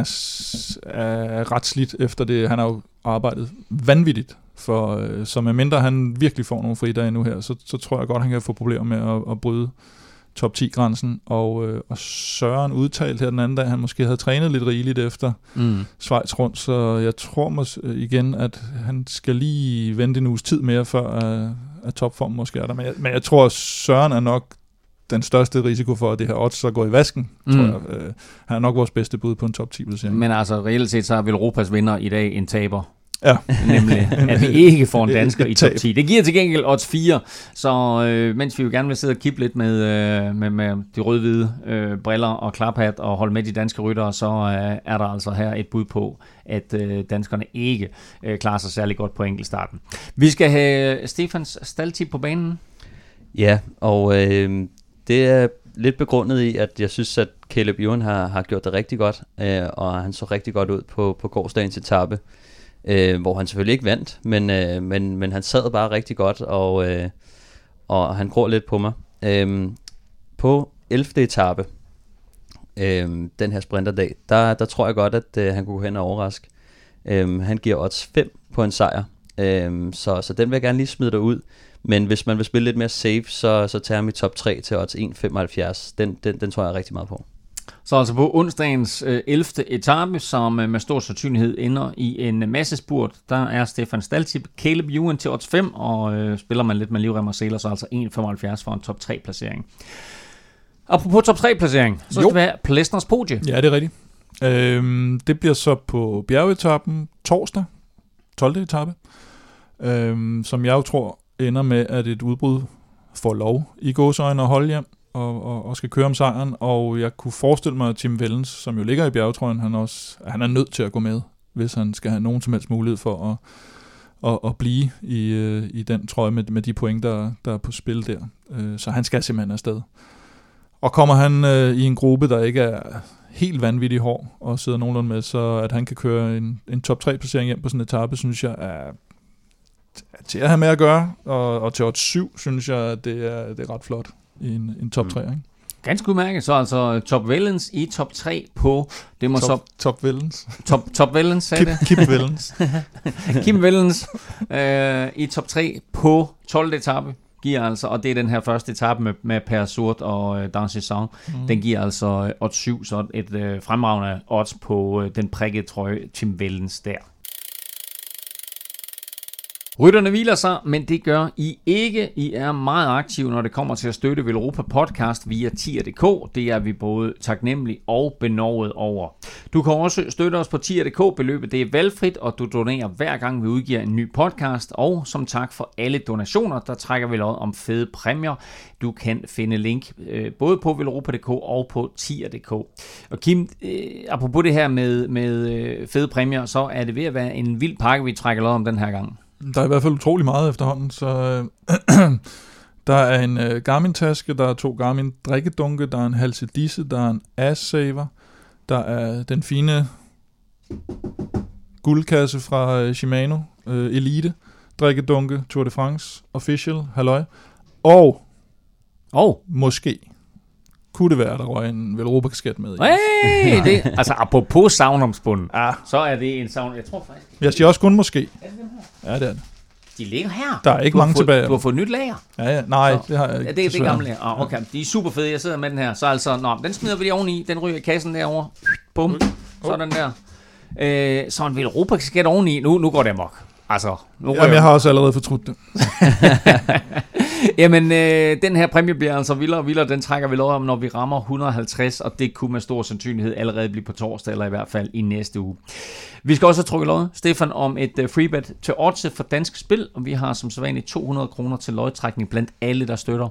E: er ret slidt efter det. Han har jo arbejdet vanvittigt for, så medmindre han virkelig får nogle fridage nu her, så tror jeg godt, han kan få problemer med at bryde top 10-grænsen. Og Søren udtalte her den anden dag, han måske havde trænet lidt rigeligt efter Schweiz rundt, så jeg tror igen, at han skal lige vente en uges tid mere, før at topform måske er der. Men jeg tror, at Søren er nok den største risiko for, at det her odds så går i vasken, tror jeg. Han er nok vores bedste bud på en top 10-placering.
C: Men altså, reelt set, så vil Europas vinder i dag en taber.
E: Ja.
C: Nemlig, at vi ikke får en dansker i top 10. Det giver til gengæld odds 4, så mens vi jo gerne vil sidde og kippe lidt med de rød-hvide briller og klaphat og holde med de danske ryttere, så er der altså her et bud på, at danskerne ikke klarer sig særlig godt på enkeltstarten. Vi skal have Stefans staldtip på banen.
D: Ja, og det er lidt begrundet i, at jeg synes, at Caleb Ewan har gjort det rigtig godt, og han så rigtig godt ud på gårsdagens etape, hvor han selvfølgelig ikke vandt, men han sad bare rigtig godt, og han gror lidt på mig. På 11. etape, den her sprinterdag, der tror jeg godt, at han kunne gå hen og overraske. Han giver odds 5 på en sejr, så den vil jeg gerne lige smide derud. Men hvis man vil spille lidt mere safe, så tager jeg mit top 3 til odds 1,75. Den tror jeg rigtig meget på.
C: Så altså på onsdagens 11. etape, som med stor sandsynlighed ender i en massespurt, der er Stefan staldtip Caleb Ewan til odds 5, og spiller man lidt med livrem og seler, så altså 1,75 for en top 3 placering. Apropos top 3 placering, så skal vi have Plesners podie.
E: Ja, det er rigtigt. Det bliver så på bjergetappen torsdag, 12. etape, som jeg jo tror ender med, at et udbrud får lov i gåseøjne at holde hjem og skal køre om sejren, og jeg kunne forestille mig, at Tim Wellens, som jo ligger i bjergetrøjen, han er nødt til at gå med, hvis han skal have nogen som helst mulighed for at blive i den trøje med de point, der er på spil der. Så han skal simpelthen afsted. Og kommer han i en gruppe, der ikke er helt vanvittigt hård og sidder nogenlunde med, så at han kan køre en top 3 placering hjem på sådan en etape, synes jeg er til at have med at gøre, og til odds 7, synes jeg, at det er ret flot i en top 3, ikke?
C: Ganske udmærket, så altså Top Wellens i top 3 på, det må
E: Top Wellens.
C: Top Wellens, sagde det?
E: Kim Wellens.
C: Kim Wellens i top 3 på 12. etape giver altså, og det er den her første etape med Per Surt og Dansison, den giver altså odds 7, så et fremragende odds på den prikkede trøje Tim Wellens der. Rytterne hviler sig, men det gør I ikke. I er meget aktive, når det kommer til at støtte Velropa Podcast via tier.dk. Det er vi både taknemmelige og benovet over. Du kan også støtte os på tier.dk. Beløbet det er valgfrit, og du donerer hver gang vi udgiver en ny podcast. Og som tak for alle donationer, der trækker vi lod om fede præmier. Du kan finde link både på velropa.dk og på tier.dk. Og Kim, apropos det her med fede præmier, så er det ved at være en vild pakke, vi trækker lod om den her gang.
E: Der er i hvert fald utrolig meget efterhånden, så der er en Garmin-taske, der er 2 Garmin-drikkedunke, der er en Halsedisse, der er en Ass-Saver, der er den fine guldkasse fra Shimano, Elite, drikkedunke, Tour de France, Official, halløj, og måske kunne det være, der røg en Velropa-kasket med i.
C: Hey, det, altså apropos savnomsbunden, så er det en savn, jeg tror faktisk.
E: Jeg siger også kun måske.
C: Er det dem her?
E: Ja, det er det.
C: De ligger her.
E: Der er ikke mange tilbage.
C: Du har fået nyt lager.
E: Ja, nej, det har jeg ikke.
C: Ja, det er gamle lager. Okay, de er super fede. Jeg sidder med den her. Så altså, den smider vi lige oveni. Den ryger i kassen derovre. Bum. Sådan der. Så en Velropa-kasket oveni. Nu går det amok. Altså,
E: jamen, jeg har også allerede fortrudt det.
C: Jamen, den her præmie bliver altså vildere og vildere. Den trækker vi lov om, når vi rammer 150, og det kunne med stor sandsynlighed allerede blive på torsdag, eller i hvert fald i næste uge. Vi skal også have trukket lod, Stefan, om et freebet til odds for Dansk Spil, og vi har som sædvanligt 200 kroner til lodtrækning blandt alle, der støtter.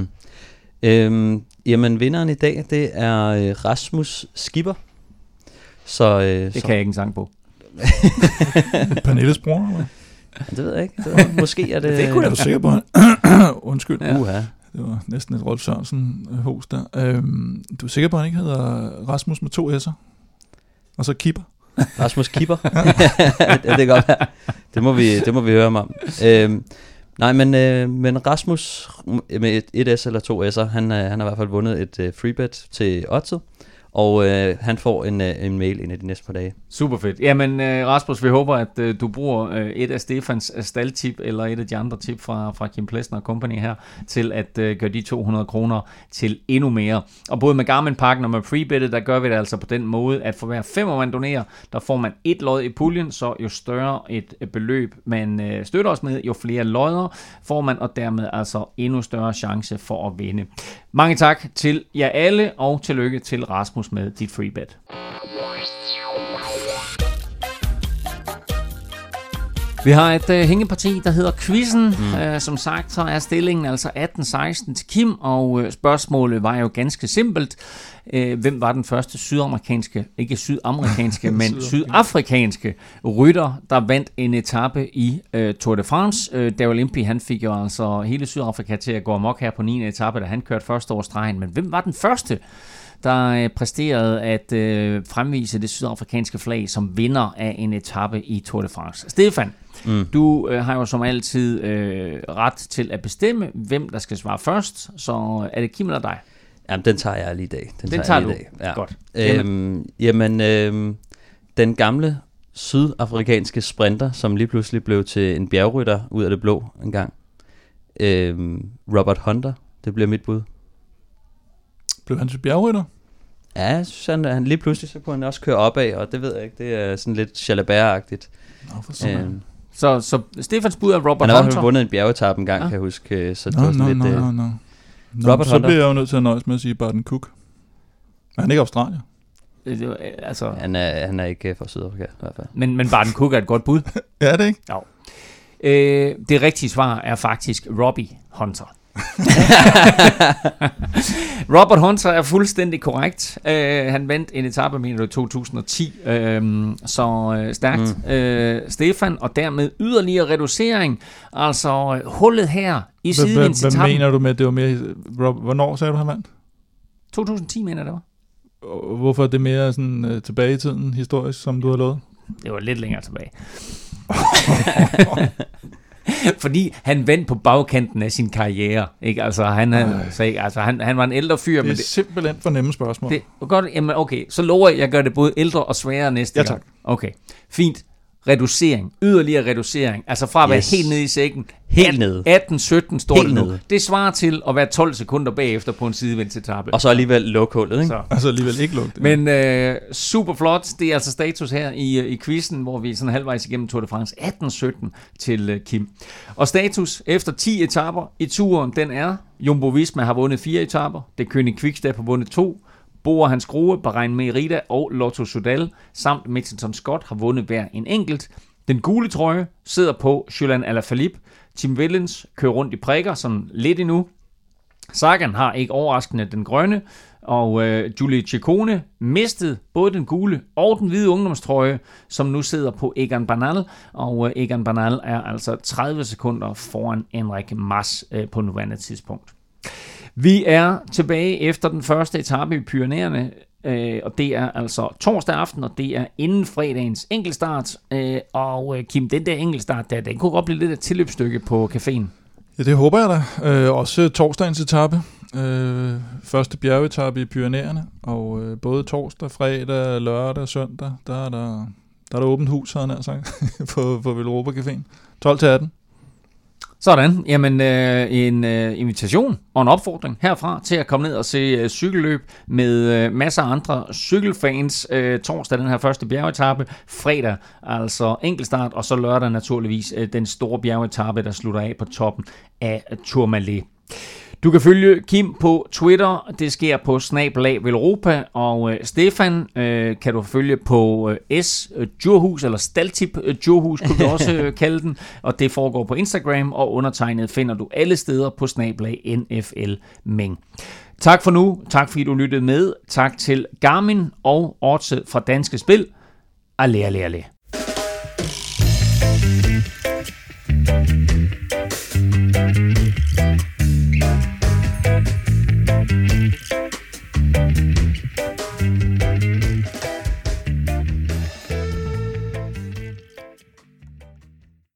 D: Jamen, vinderen i dag, det er Rasmus Skipper. Så,
C: det kan jeg ikke en sang på.
E: Pernilles bror, eller?
D: Det ved jeg ikke. Måske er det...
E: Det kunne jeg sikker på. Undskyld.
C: Ja.
E: Det var næsten et Rolf Sørensen-hos der. Du er sikker på, at han ikke hedder Rasmus med 2 s'er? Og så Kipper?
D: Rasmus Kipper? Ja, det er godt. Det må vi høre om. Nej, men Rasmus med et S eller 2 S'er, han har i hvert fald vundet et freebet til oddset. Og han får en mail ind i de næste par dage.
C: Super fedt. Jamen Rasmus, vi håber, at du bruger et af Stefans staldtip, eller et af de andre tip fra Kim Plesner Company her, til at gøre de 200 kroner til endnu mere. Og både med Garmin-pakken og med freebettet, der gør vi det altså på den måde, at for hver 5 man donerer, der får man et lod i puljen, så jo større et beløb man støtter os med, jo flere lodder får man, og dermed altså endnu større chance for at vinde. Mange tak til jer alle, og tillykke til Rasmus med dit freebet. Vi har et hængeparti, der hedder Quizzen. Som sagt, så er stillingen altså 18-16 til Kim, og spørgsmålet var jo ganske simpelt. Hvem var den første sydafrikanske rytter, der vandt en etape i Tour de France? Daryl Impey, han fik jo altså hele Sydafrika til at gå amok her på 9. etape, da han kørte første over stregen. Men hvem var den første, der præsterede at fremvise det sydafrikanske flag som vinder af en etape i Tour de France? Stefan, du har jo som altid ret til at bestemme, hvem der skal svare først, så er det Kim eller dig?
D: Jamen, den tager jeg lige i dag.
C: Den tager du?
D: Ja.
C: Godt.
D: Den gamle sydafrikanske sprinter, som lige pludselig blev til en bjergrytter ud af det blå en gang. Robert Hunter, det bliver mit bud.
E: Blev han til bjergrytter?
D: Ja, jeg synes, han lige pludselig så kunne han også køre opad, og det ved jeg ikke, det er sådan lidt Jalabert-agtigt.
C: Så Stefans bud er Robert Hunter.
D: Han har også vundet en bjergetappe en gang, kan jeg huske. Så det var sådan lidt...
E: Robert så bliver jeg jo nødt til at nøjes med at sige Barton Cook. Er han ikke australier?
C: Altså...
D: Han er ikke fra Sydafrika i hvert fald.
C: Men Barton Cook er et godt bud.
E: Ja, er det ikke?
C: Jo. Det rigtige svar er faktisk Robbie Hunter. Robert Hunter er fuldstændig korrekt. Han vandt en etape, mener du, i 2010. Så stærkt. Stefan, og dermed yderligere reducering. Altså hullet her i sidevindsetappen.
E: Hvad mener du med, at det var mere... Hvornår sagde du, han vandt?
C: 2010, mener jeg, det var.
E: Hvorfor er det mere sådan, tilbage i tiden historisk, som du har lovet?
C: Det var lidt længere tilbage. Fordi han vandt på bagkanten af sin karriere, ikke? Altså han var en ældre fyr.
E: Det er simpelthen for nemme spørgsmål.
C: Det er godt. Jamen okay, så lover jeg gør det både ældre og sværere næste gang. Okay, fint. Reducering, yderligere reducering, altså fra at være helt nede i sækken,
D: helt nede.
C: 18-17 står det nu. Det svarer til at være 12 sekunder bagefter på en sidevindsetape.
D: Og så alligevel lukke hullet, ikke?
E: Altså alligevel ikke lukke det.
C: Men super flot, det er altså status her i quizzen, hvor vi er sådan halvvejs igennem Tour de France, 18-17 til Kim. Og status efter 10 etaper i turen, den er, Jumbo Visma har vundet 4 etaper, det König Quickstep har vundet 2, Bora Hans Grohe, Bahrain Merida og Lotto Soudal samt Mitchelton Scott har vundet hver en enkelt. Den gule trøje sidder på Julian Alaphilippe. Tim Wellens kører rundt i prikker, sådan lidt endnu. Sagan har ikke overraskende den grønne, og Julie Ciccone mistede både den gule og den hvide ungdomstrøje, som nu sidder på Egan Bernal, og Egan Bernal er altså 30 sekunder foran Enric Mas på nuværende tidspunkt. Vi er tilbage efter den første etape i Pyrenæerne, og det er altså torsdag aften, og det er inden fredagens enkeltstart, og Kim, den der enkeltstart der, den kunne godt blive lidt af et tilløbsstykke på caféen.
E: Ja, det håber jeg da. Også torsdagens etape. Første bjergetape i Pyrenæerne, og både torsdag, fredag, lørdag og søndag, der er der åbent hus, havde jeg sagt, på Velropa Caféen. 12-18.
C: Sådan, jamen en invitation og en opfordring herfra til at komme ned og se cykelløb med masser af andre cykelfans torsdag, den her første bjergetape, fredag altså enkeltstart, og så lørdag naturligvis den store bjergetape, der slutter af på toppen af Tourmalet. Du kan følge Kim på Twitter, det sker på @Velropa, og Stefan kan du følge på Djurhus, eller Staltip Djurhus kunne du også kalde den, og det foregår på Instagram, og undertegnet finder du alle steder på @NFL Meng. Tak for nu, tak fordi du lyttede med, tak til Garmin og Odset fra Danske Spil. Allé, allé, allé.